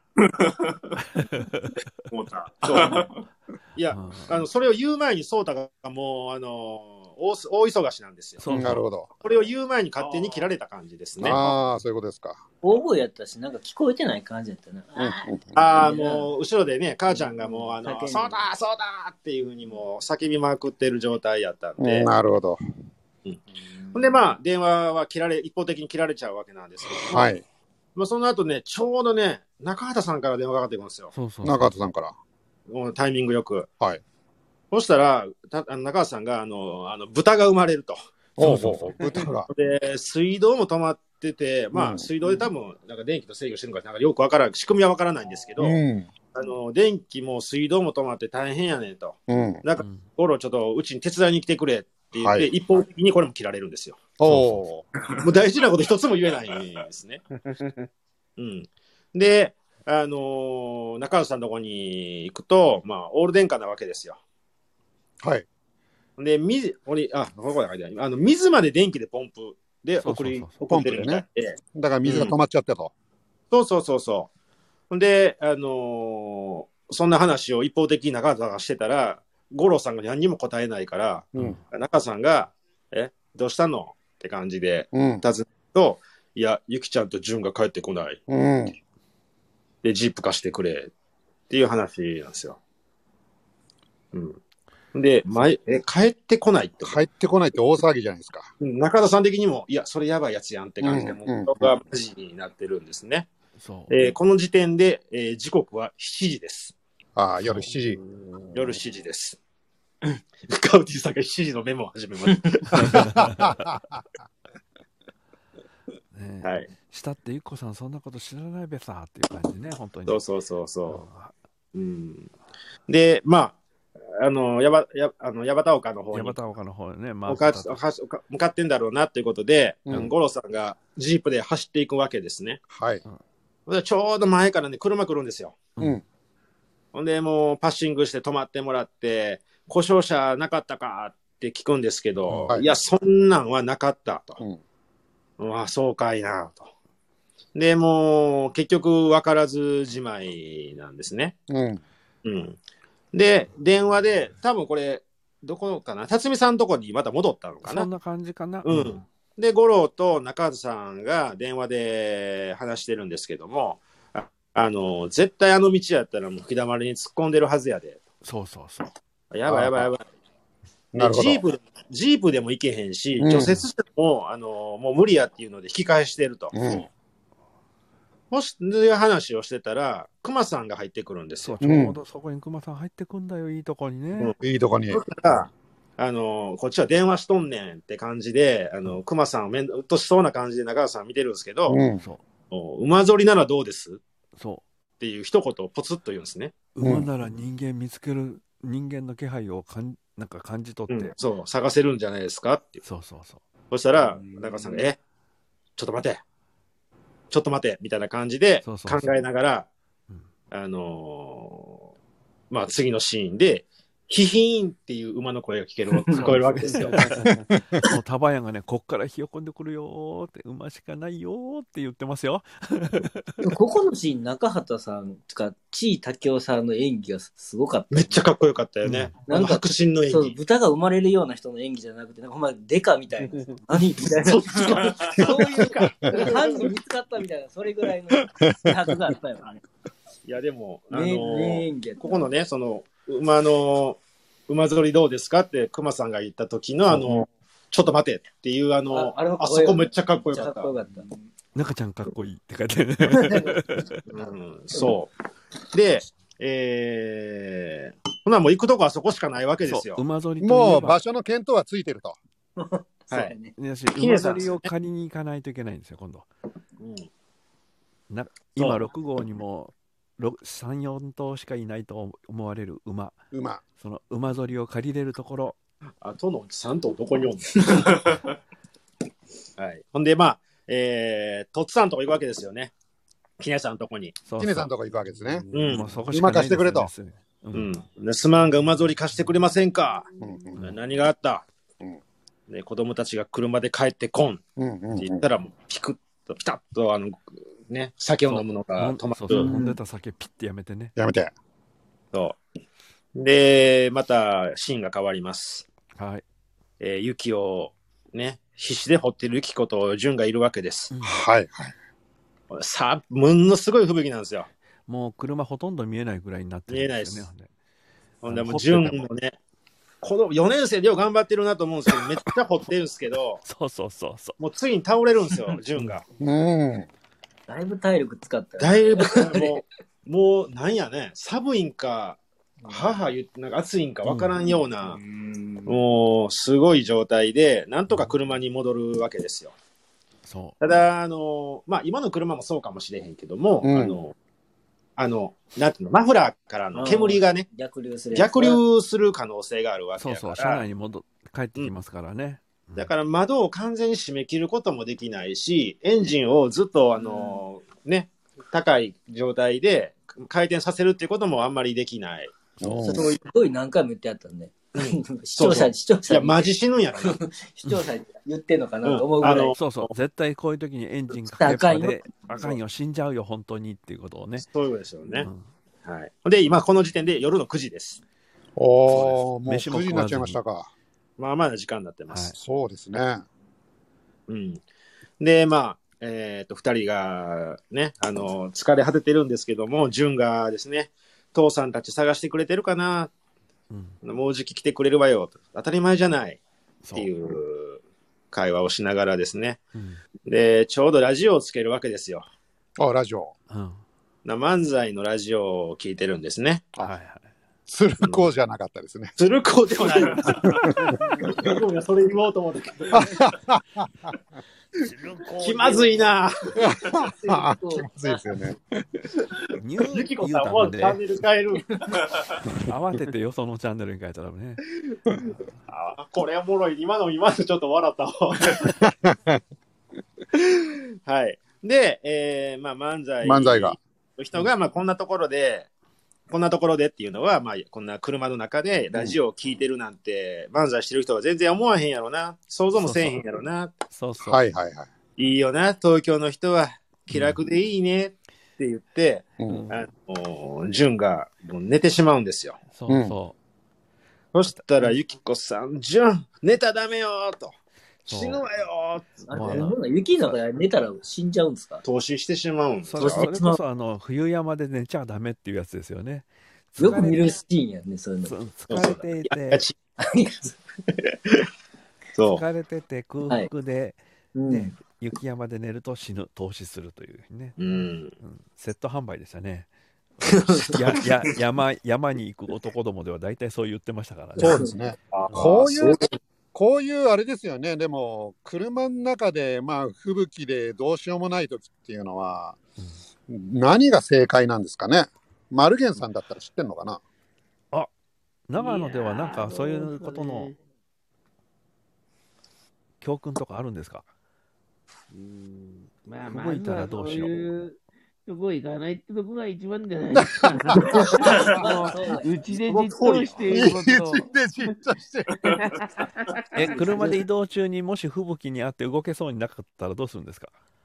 思った。そう。いや、あの、それを言う前に、ソータがもう、あの、大、大忙しなんですよ。 そう、なるほど。 これを言う前に勝手に切られた感じですね。 ああ、そういうことですか。 大声やったし、なんか聞こえてない感じやったな。 ああ、もう、後ろでね、母ちゃんがもう、あの、そうだそうだっていうふうにもう、叫びまくってる状態やったんで。 なるほど。 ほんで、まあ、電話は切られ、一方的に切られちゃうわけなんですけども。はい。まあ、その後ね、ちょうどね、中畑さんから電話がかかってくるんですよ。 そうそう。 中畑さんから。 タイミングよく。 はい。 そしたら、たあの中畑さんが、あの、あの豚が生まれると。 そうそうそう。豚が。 で、水道も止まってて、まあ、うん、水道で多分、なんか電気と制御してるのか、なんかよくわからん、仕組みはわからないんですけど、うん、あの、電気も水道も止まって大変やねんと。うん。なんか、ゴロちょっとうちに手伝いに来てくれって言って、はい、一方的にこれも切られるんですよ。おー。もう大事なこと一つも言えないんですね。うん。で、あのー、中畑さんのとこに行くと、まあ、オール電化なわけですよ。 はい。 で、水、俺、あ、ここで書いてある。あの、水まで電気でポンプで送り、送ってるみたいで。 だから水が止まっちゃったと。 うん、そうそうそうそう。で、あのー、そんな話を一方的に中畑がしてたら、五郎さんが何にも答えないから、うん、中さんが、え、どうしたのって感じで、尋ねると、うん、いや、ゆきちゃんと純が帰ってこない。うん、で、ジープ貸してくれっていう話なんですよ。うん。で、前、え、帰ってこないって。 帰ってこないって大騒ぎじゃないですか。 中田さん的にも、いや、それやばいやつやんって感じで、もう、僕はマジになってるんですね。そう。えー、この時点で、えー、時刻はしちじです。 ああ、夜しちじ。 夜しちじです。カウティさんがしちじのメモを始めました。 ね、はい。したってゆっこさんそんなこと知らないべさっていう感じね、本当に。 そうそうそうそう。うん。で、まあ、あの、やば、や、あの、矢端岡の方に。 矢端岡の方にね、 まあ、向か向かってんだろうなっていうことで、うん、五郎さんがジープで走っていくわけですね。 はい。 でちょうど前からね、車来るんですよ。うん。ほんで、もうパッシングして止まってもらって、故障車なかったかって聞くんですけど、はい、いや、そんなんはなかったと。うん、うわ、そうかいなと。で、もう、結局分からずじまいなんですね。うん。うん。で、電話で、多分これ、どこかな、辰巳さんのとこにまた戻ったのかな。 そんな感じかな。 うん。で、五郎と中畑さんが電話で話してるんですけども、あ、あの、絶対あの道やったらもう吹きだまりに突っ込んでるはずやで。 そうそうそう。 やばいやばいやばい。なるほど。ジープで、ジープでも行けへんし、うん、除雪しても、あの、もう無理やっていうので引き返してると。うん。もし、そういう話をしてたら、熊さんが入ってくるんですよ。 そう、ちょうどそこに熊さん入ってくんだよ、いいとこにね。 うん、いいとこに。 だから、あの、こっちは電話しとんねんって感じで、あの、熊さんをめんうっとしそうな感じで中川さん見てるんですけど、うん、馬ぞりならどうですそう。 っていう一言をポツッと言うんですね。 馬なら人間見つける、人間の気配をかんなんか感じ取って、うん、 そう、探せるんじゃないですかっていう。 そうそうそう。 そしたら、中川さんが、え、ちょっと待て。ちょっと待てみたいな感じで考えながら、そうそうそう、あのー、まあ次のシーンでヒヒーンっていう馬の声が聞ける、聞こえるわけですよ。もうタバヤがね、こっからひよこんでくるよーって、馬しかないよーって言ってますよ。 ここのシーン、中畑さんとか、地井武雄さんの演技がすごかった、ね。 めっちゃかっこよかったよね。うん、なんか、迫真の演技。そう、 豚が生まれるような人の演技じゃなくて、なんかほんまデカみたいな。何みたいな。そういうか、犯人見つかったみたいな、それぐらいの気迫があったよね。 いや、でも、あのー、ここのね、その、馬の、馬ぞりどうですかって熊さんが言った時のあの、ちょっと待てっていうあの、あ, あそこめっちゃかっこよかった。 中ちゃんかっこいいって書いてね、 うん。そう。で、えー、ほなもう行くとこはそこしかないわけですよ。 馬ぞりもう場所の見当はついてると。 はい。馬ぞりを借りに行かないといけないんですよ、今度。うん、な今ろく号にも、さん、よん頭しかいないと思われる馬。 馬。 その馬ぞりを借りれるところ。 あとのさん頭どこにおんのはい。ほんで、まあ、えー、とっつぁんとこ行くわけですよね。きねさんとこに。 きねさんとこ行くわけですね。 うん。 もうそこしかないですね、馬貸してくれと。 うん。で、すまんが馬ぞり貸してくれませんか、うんうん、何があった、うんね、子供たちが車で帰ってこん、うんうんうん、って言ったら、もうピクッと、ピタッと、あの、ね、酒を飲むのが止まる。 そうそう、飲んでた酒ピッてやめてね。 やめて。 そう。で、またシーンが変わります。 はい。 えー、雪をね、必死で掘ってる雪子と純がいるわけです。 うん、はいはい。 さあ、ものすごい吹雪なんですよ。 もう車ほとんど見えないぐらいになってるんですよね。 見えないです。ほんで、もう純もね、このよねん生でよう頑張ってるなと思うんですけど、めっちゃ掘ってるんですけど、 そうそうそうそう。 もう次に倒れるんですよ、純が。 うん。 だいぶ体力使ったよ、 ね。だいぶ、もう、もう、なんやね、寒いんか、母言って、なんか暑いんか分からんような、うん、もう、すごい状態で、なんとか車に戻るわけですよ。 そう。 ただ、あの、まあ、今の車もそうかもしれへんけども、うん、あの、あの、なんていうの、マフラーからの煙がね、 逆流する。 逆流する可能性があるわけだから。 そうそう、車内に戻帰ってきますからね。 うん、だから窓を完全に閉め切ることもできないし、エンジンをずっと、あの、うん、ね、高い状態で回転させるっていうこともあんまりできない。 そうすごい何回も言ってやったんで。視聴者、視聴者。 いや、マジ死ぬんやろな。 視聴者言ってんのかなと思うぐらい。うん、 そうそう。絶対こういう時にエンジンかけっぱで、あかんよ、死んじゃうよ、本当にっていうことをね。 そういうことですよね。うん、はい。で、今この時点で夜のくじです。 おー、もうくじになっちゃいましたか。 まあまだ時間になってます。 はい、そうですね。 うん。で、まあ、えっと、二人がね、あの、疲れ果ててるんですけども、純がですね、父さんたち探してくれてるかな、うん、もうじき来てくれるわよ、当たり前じゃないっていう会話をしながらですね、うん、で、ちょうどラジオをつけるわけですよ。 あ、ラジオ。 うん、 な漫才のラジオを聞いてるんですね。 はいはい。 鶴光じゃなかったですね。 鶴光ではない。僕がそれ言おうと思ったけど。気まずいな。 気まずいですよね。 ゆきこさんもうチャンネル変える。 慌ててよそのチャンネルに変えたらね。 あ、これおもろい。今の今のちょっと笑ったわ。はい。で、えー、まあ漫才。 漫才が。 人が、まあこんなところで、こんなところでっていうのは、まあ、こんな車の中でラジオを聞いてるなんて、うん、漫才してる人は全然思わへんやろな。想像もせえへんやろな。 そうそう。 はいはいはい。 いいよな、東京の人は。気楽でいいねって言って、うん、あの、純がもう寝てしまうんですよ。 そうそう。 そしたら、ゆきこさん、純、寝たらダメよと。死ぬわよーって。雪の中で寝たら死んじゃうんですか？ 投資してしまうんですそれそれこそあの冬山で寝ちゃダメっていうやつですよね。 よく見るシーンやね、そういうの。 疲れていて、 そう疲れてて空腹で、はいねうん、雪山で寝ると死ぬ、投資するというね。 うんうん、 セット販売でしたね。やや山山に行く男どもでは大体そう言ってましたからね。 そうですね。こういうこういうあれですよね。でも車の中でまあ吹雪でどうしようもない時っていうのは、うん、何が正解なんですかね。マルゲンさんだったら知ってんのかな。 あ、長野ではなんかそういうことの教訓とかあるんですか。 うん、まあ動いたらどうしよう。 とこ行かないってとこが一番じゃないですか。うちでじっとしていることを。 うちでじっとしてる。 え、車で移動中にもし吹雪にあって動けそうになかったらどうするんですか？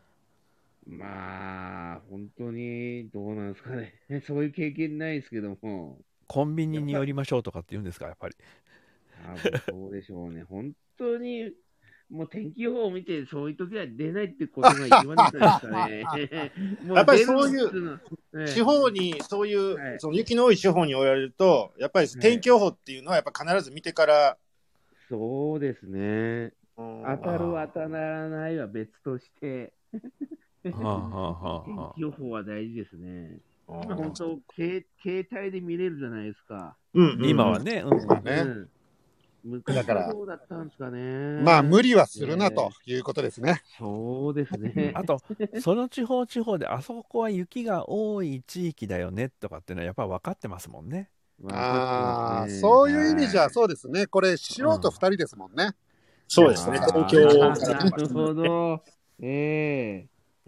まあ、本当にどうなんですかね。そういう経験ないですけども。 コンビニに寄りましょうとかって言うんですか、やっぱり。 多分そうでしょうね。本当に、もう天気予報を見て、そういう時は出ないってことが一番ですかね。 やっぱりそういう地方に、そういう、はい、その雪の多い地方におられると、やっぱり天気予報っていうのはやっぱ必ず見てから。はい、 そうですね。当たる当たらないは別として、天気予報は大事ですね。今本当携、携帯で見れるじゃないですか。 うんうん、今はね。うんうんねうん、昔はどうだったんですかね。 まあ無理はするなということですね。 そうですね。 あとその地方地方であそこは雪が多い地域だよねとかっていうのはやっぱり分かってますもんね。 ああ、そういう意味じゃそうですね。これ素人ふたりですもんね。 そうですね。東京。 なるほど。ええー、うん。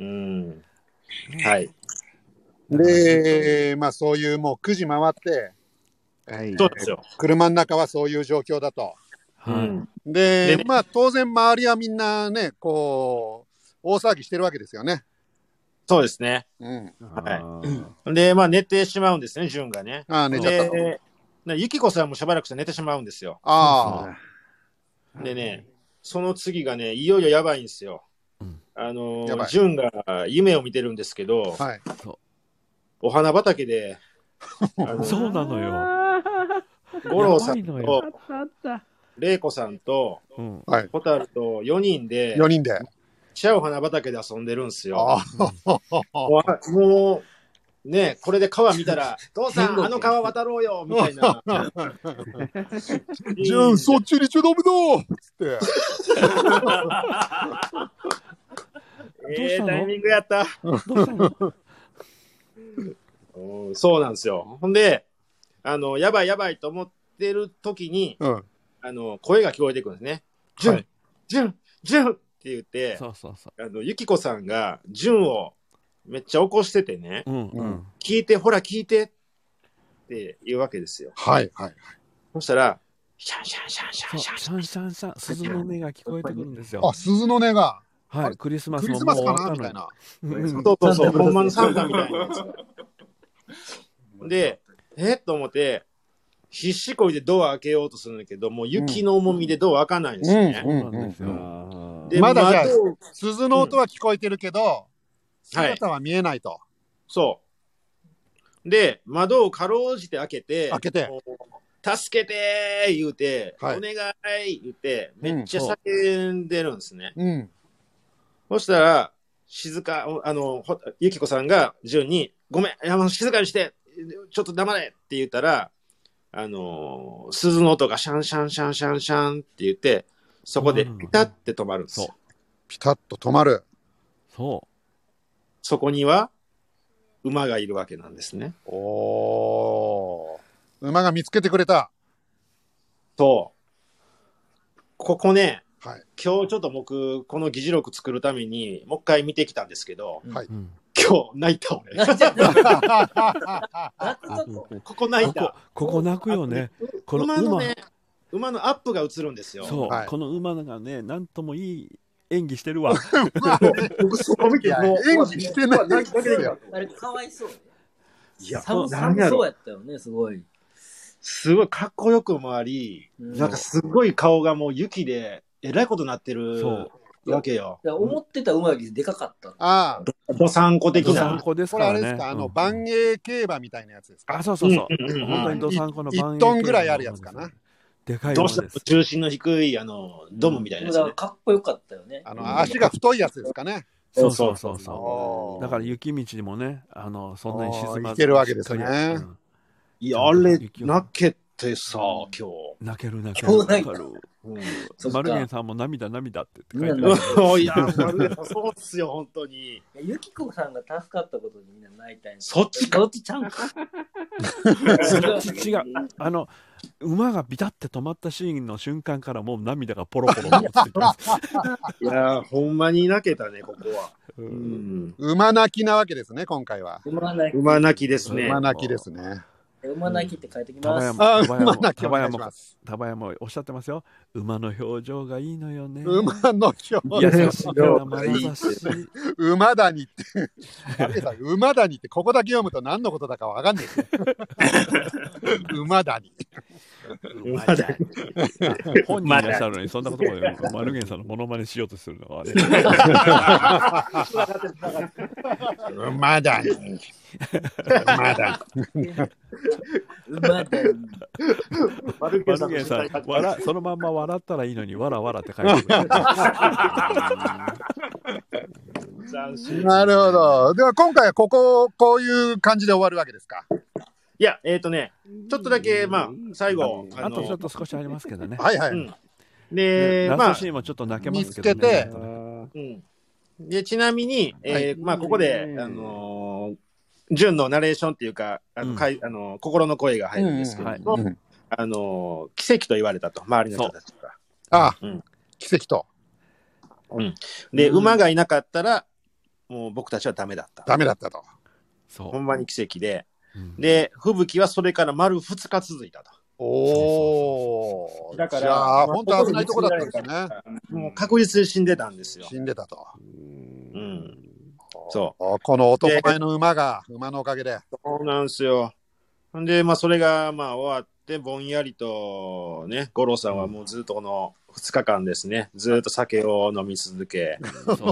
はい。 で、まあそういうもうくじ回って、 はい、そうですよ。 車の中はそういう状況だと。はい、で、でまあ当然周りはみんなね、こう、大騒ぎしてるわけですよね。 そうですね。 うん。 はい。で、まあ寝てしまうんですね、潤がね。 ああ、寝ちゃったで、ゆきこさんもしばらくして寝てしまうんですよ。 ああ。でね、その次がね、いよいよやばいんですよ。うん、あの、潤が夢を見てるんですけど、 はい、 お花畑で、 そうなのよ。 五郎さんと、玲子さんと、ホタルとよにんで、 よにんで、 シャオ花畑で遊んでるんですよ。もう、ね、これで川見たら、父さん、あの川渡ろうよみたいな。 じゃあ、そっちに行っちゃダメだつって。 ええタイミングやった。どうしたのそうなんですよ。ほんで、あの、やばいやばいと思ってる時に、うん、あの、声が聞こえてくるんですね。ジュン、ジュン、ジュンって言って、 そうそうそう。 あの、ゆきこさんが、ジュンをめっちゃ起こしててね、うんうん、聞いて、ほら聞いてって言うわけですよ。 はいはいはい。 そしたら、シャンシャンシャンシャンシャンシャンシャンシャン、鈴の音が聞こえてくるんですよ。 あ、鈴の音が。 はい、クリスマスクリスマスかなみたいな。 そうそうそう、ほんまのサンタみたいなやつ。で、えっと思って、必死こいでドア開けようとするんだけど、もう雪の重みでドア開かないんですよね。 そうなんですよ。で、まだじゃあ、鈴の音は聞こえてるけど、姿は見えないと。はい、 そう。で、窓をかろうじて開けて、 開けて、 助けてー言うて、はい、お願い言うて、めっちゃ叫んでるんですね。 うん、 そしたら、静か、あの、ゆきこさんが順に、ごめん、いや静かにして、ちょっと黙れって言ったら、あのー、鈴の音がシャンシャンシャンシャンシャンって言って、そこでピタッて止まるんですよ。 ピタッと止まる。 そう。 そこには、馬がいるわけなんですね。 おー。馬が見つけてくれた。 そう。ここね、 はい、 今日ちょっと僕、この議事録作るために、もう一回見てきたんですけど、 はい、 今日泣いた俺。ここ泣いた。 ここ、ここ泣くよね。 この馬のね、馬のアップが映るんですよ。 そう、はい、この馬がね、なんともいい演技してるわ。 僕そこ見て、もう演技してないだけですよ。あれ、かわいそう。いや、寒そうやったよね、すごい。 すごいかっこよくもあり、うん、なんかすごい顔がもう雪で、えらいことになってるわけよ。 いや思ってた馬よりでかかった。 ああ。どさんこ的な。 どさんこですからね。 これあれですか、あの、万栄競馬みたいなやつですか。 あ、そうそうそう。本当にどさんこの万栄競馬。いちトンぐらいあるやつかな。 でかい馬です。どうしても中心の低い、あの、ドムみたいなやつ、ね。 かっこよかったよね。 あの、足が太いやつですかね。 そうそうそうそう。だから雪道にもね、あの、そんなに沈まずに。いけるわけですね。 いや、あれ、泣けてさ、今日。 泣ける泣ける。泣ける。マルゲンさんも涙涙って書いてある。いや、マルゲンさん、そうっすよ、本当に。 ゆきこさんが助かったことにみんな泣いたんや。 そっちか。 そっちちゃうか。 そっち違う。あの、馬がビタって止まったシーンの瞬間からもう涙がポロポロ落ちてきます。 いやー、ほんまに泣けたね、ここは。 うん、馬鳴きなわけですね、今回は。 馬鳴き。 馬鳴きですね。 馬鳴きですね。 馬鳴きって書いてきます。 あ、馬鳴きお願いします。 田林もおっしゃってますよ。馬の表情がいいのよね。 馬の表情優しいから眼差し。 馬谷って、馬谷ってここだけ読むと何のことだかわかんないですよ。馬谷。 馬谷。 本人いらっしゃるのにそんなこともマルゲンさんのモノマネしようとするのはね。 馬谷。馬谷。 馬谷。 マルゲンさん、笑そのまんま笑ったらいいのに、わらわらって書いてくる。 なるほど。では今回はここ、こういう感じで終わるわけですか。 いや、えっ、ー、とね、ちょっとだけ、まあ、最後。 あとちょっと少しありますけどね。 はいはい。うん、 で、 まあ、ラストシーンもちょっと泣けますけどね。 見つけて、うん、 で、ちなみに、えー、はい、まあ、ここで、あのー、純のナレーションっていうか、あの、うん、かいあの心の声が入るんですけども、うんうん、あのー、奇跡と言われたと、周りの人たちが。 ああ、うん、奇跡と。 うん。で、馬がいなかったら、もう僕たちはダメだった。 ダメだったと。 そう。ほんまに奇跡で、うん、で、吹雪はそれから丸ふつか続いたと。 おー。 だから、 じゃあ、本当危ないとこだったんですね。 もう確実に死んでたんですよ。 死んでたと。 うん。そう。 この男前の馬が、馬のおかげで。 そうなんですよ。んで、まあ、それが、まあ、終わって、ぼんやりと、ね、五郎さんはもうずっとこのふつかかんですね、ずっと酒を飲み続け、お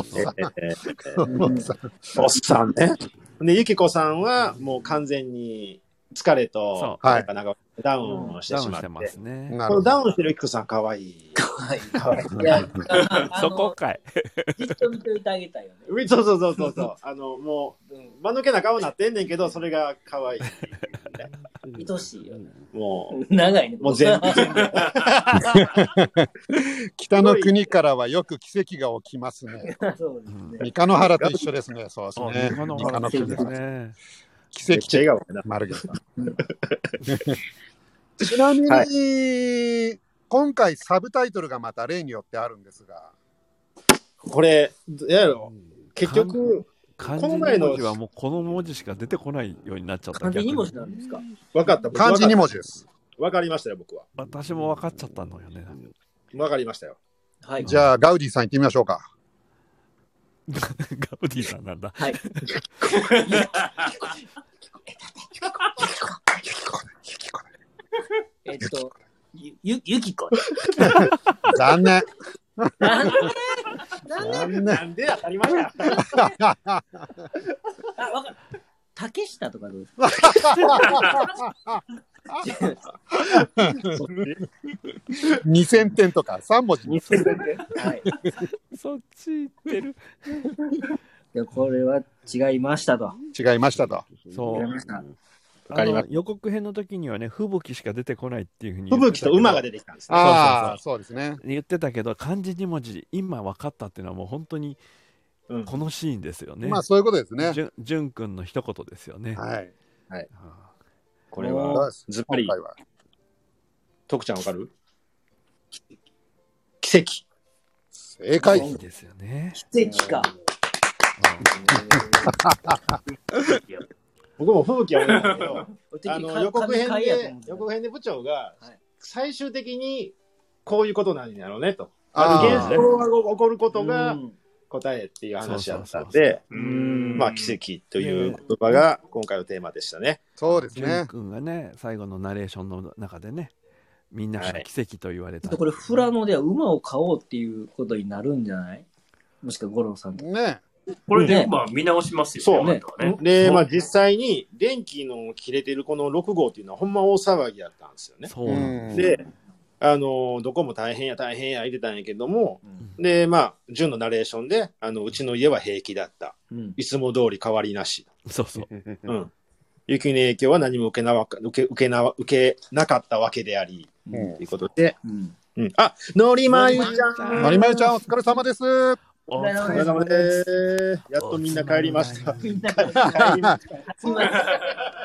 っさんね。で、ゆきこさんはもう完全に疲れと、なんかなんかダウンをしてしまって。うん、ダウンしてますね。このダウンしてるゆきこさんかわいい。 かわいい。かわいい。いや、 そこかい。 じっと見ておいてあげたいよね。 そうそうそうそう。あの、もう、間抜けな顔になってんねんけど、それがかわいい。 愛しいよね。 もう、長いね。 もう全部。 北の国からはよく奇跡が起きますね。 そうですね。 三日野原と一緒ですね。そうですね。 三日野国ですね。 奇跡って丸毛さん。ちなみに、はい、今回サブタイトルがまた例によってあるんですが。 これ、やろ結局、 漢字に文字はもうこの文字しか出てこないようになっちゃった。 漢字に文字なんですか？ 分かった。 漢字に文字です。 分かりましたよ、僕は。 私も分かっちゃったのよね。 分かりましたよ。 はい。じゃあ、ガウディさん行ってみましょうか。 ガウディさんなんだ。 はい。えっと、ゆ、ゆきこ。 残念。 なんでなんでなんで当たり前や。 あ、わかる。竹下とかどうですか？ にせんてんとかさん文字。 にせんてん。はい。 そっち行ってる。 いや、これは違いましたと。 違いましたと。 そう。あの予告編の時にはね、吹雪しか出てこないっていうふうに。 吹雪と馬が出てきたんですね。 ああ、そうですね。 言ってたけど、漢字に文字、今分かったっていうのはもう本当に、このシーンですよね。 まあ、そういうことですね。 じゅんくんの一言ですよね。 はい。 はい。これは、ずっぱり。徳ちゃんわかる？奇跡。 正解。 いいですよね。 奇跡か。 僕も風紀は思うんだけど、あの予告編で、予告編で部長が、最終的にこういうことなんやろうねと。あの現象が起こることが答えっていう話だったんで、まあ奇跡という言葉が今回のテーマでしたね。 そうですね。 淳君がね、最後のナレーションの中でね、みんなが奇跡と言われた。 これ富良野では馬を飼おうっていうことになるんじゃない？もしくは五郎さんと。 ね。 これで、まあ見直しますよね。そうね。で、まあ実際に電気の切れてるこのろく号っていうのはほんま大騒ぎだったんですよね。 そうなんです。で、あの、どこも大変や大変や言ってたんやけども、うん、で、まあ、純のナレーションで、あの、うちの家は平気だった。うん、いつも通り変わりなし。 そうそう。 うん。雪の影響は何も受けなわ受け、受けな、受けなかったわけであり、うん、ということで、うんうん、あ、のりまゆちゃん。 のりまゆちゃん、お疲れ様です。 お疲れ様です。やっとみんな帰りました。みんな帰りました。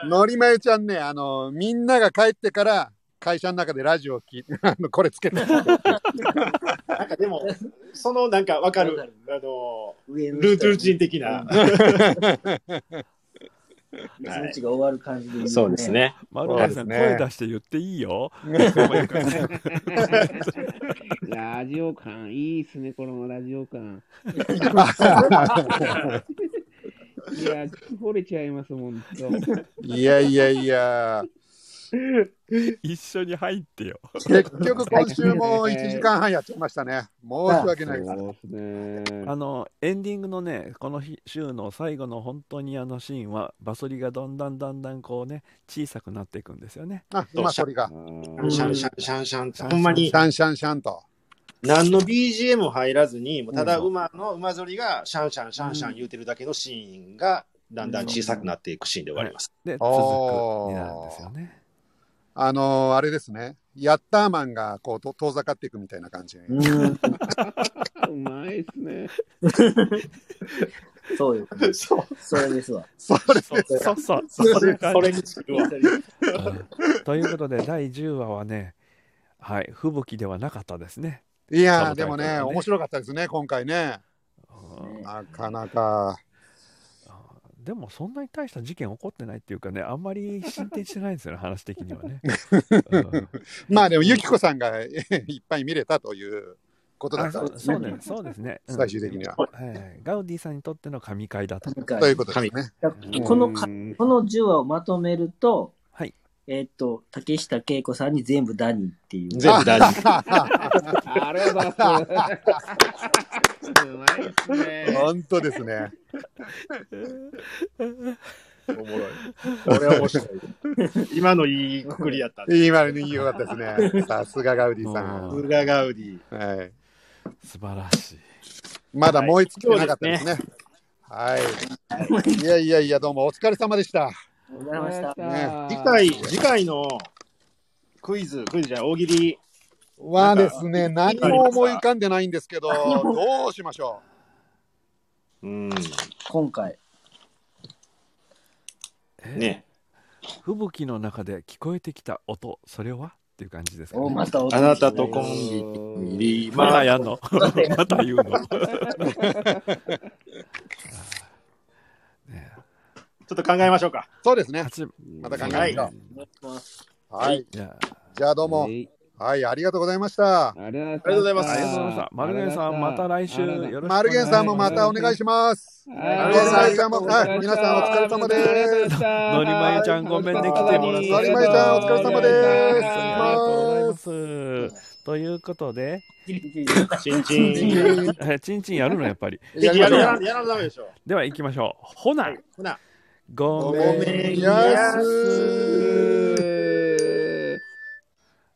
のりまゆちゃんね、あの、みんなが帰ってから、会社の中でラジオを聞いて、あの、これつけて。 なんかでも、そのなんかわかる、あの、 上のルーチン的な。 一日が終わる感じでいい、ね。 そうですね。 丸川さん、声出して言っていいよ。 ラジオ感、いいっすね、このラジオ感。いや、惚れちゃいますもん。 いやいやいや。 一緒に入ってよ。 結局今週もいちじかんはんやっちゃいましたね。申し訳ないです。 そうですね。 あのエンディングのね、この週の最後の本当にあのシーンはバソリがだんだんだんだんこうね小さくなっていくんですよね。 あ、馬ソリが。 シャンシャンシャンシャンと。ほんまに。 シャンシャンシャンと。 何の ビージーエム 入らずに、ただ馬の馬反りがシャンシャンシャンシャン言うてるだけのシーンがだんだん小さくなっていくシーンで終わります。 で、続くになるんですよね。 あのー、あれですね。ヤッターマンがこうと遠ざかっていくみたいな感じ。うまいっすね。 そうよ。そう。それですわ。 それそうそうそう。 それそれにつくわ。 ということでだいじゅうわはね、はい、吹雪ではなかったですね。 いやーでもね面白かったですね今回ね。なかなか。 でもそんなに大した事件起こってないっていうかね、あんまり進展してないんですよね、話的にはね。 うん、まあでもゆきこさんがいっぱい見れたということだったんですね。 そうね、そうですね。 最終的には、 はい、ガウディさんにとっての神回だと。 ということですね。 このかこのじゅうわをまとめると、 はい、 えっと竹下恵子さんに全部ダニーっていう。 全部ダニー。ありがとうございます。うまいですね。 本当ですね。 おもろい。これは面白い。今のいいくくりやった。 今のいいよかったですね。さすがガウディさん。 さすがガウディ。 はい。 素晴らしい。 まだ燃え尽きてなかったですね。はい。いやいやいや、どうもお疲れ様でした。 ありがとうございました。 ね、 次回、次回のクイズ、クイズじゃない、大喜利はですね、何も思い浮かんでないんですけど、どうしましょう。うん。 今回。 ね。 吹雪の中で聞こえてきた音、それはっていう感じですかね。 おまたあなたとコンビ、 またやんのまた言うのね、ちょっと考えましょうか。 そうですね。また考えましょう。はい。じゃあどうも。はい、ありがとうございました。 ありがとうございます。 ありがとうございました。マルゲンさん、また来週よろしくお願いします。 マルゲンさんもまたお願いします。マルゲンさんも、はい、皆さんお疲れ様です。 のりまゆちゃん、ごめんね、来てもらって。 のりまゆちゃん、お疲れ様です。 ありがとうございます。ということで、 チンチン。 チンチンやるの、やっぱり。 やらなダメでしょ。 では行きましょう。ほな。 ほな。 ごめんやす。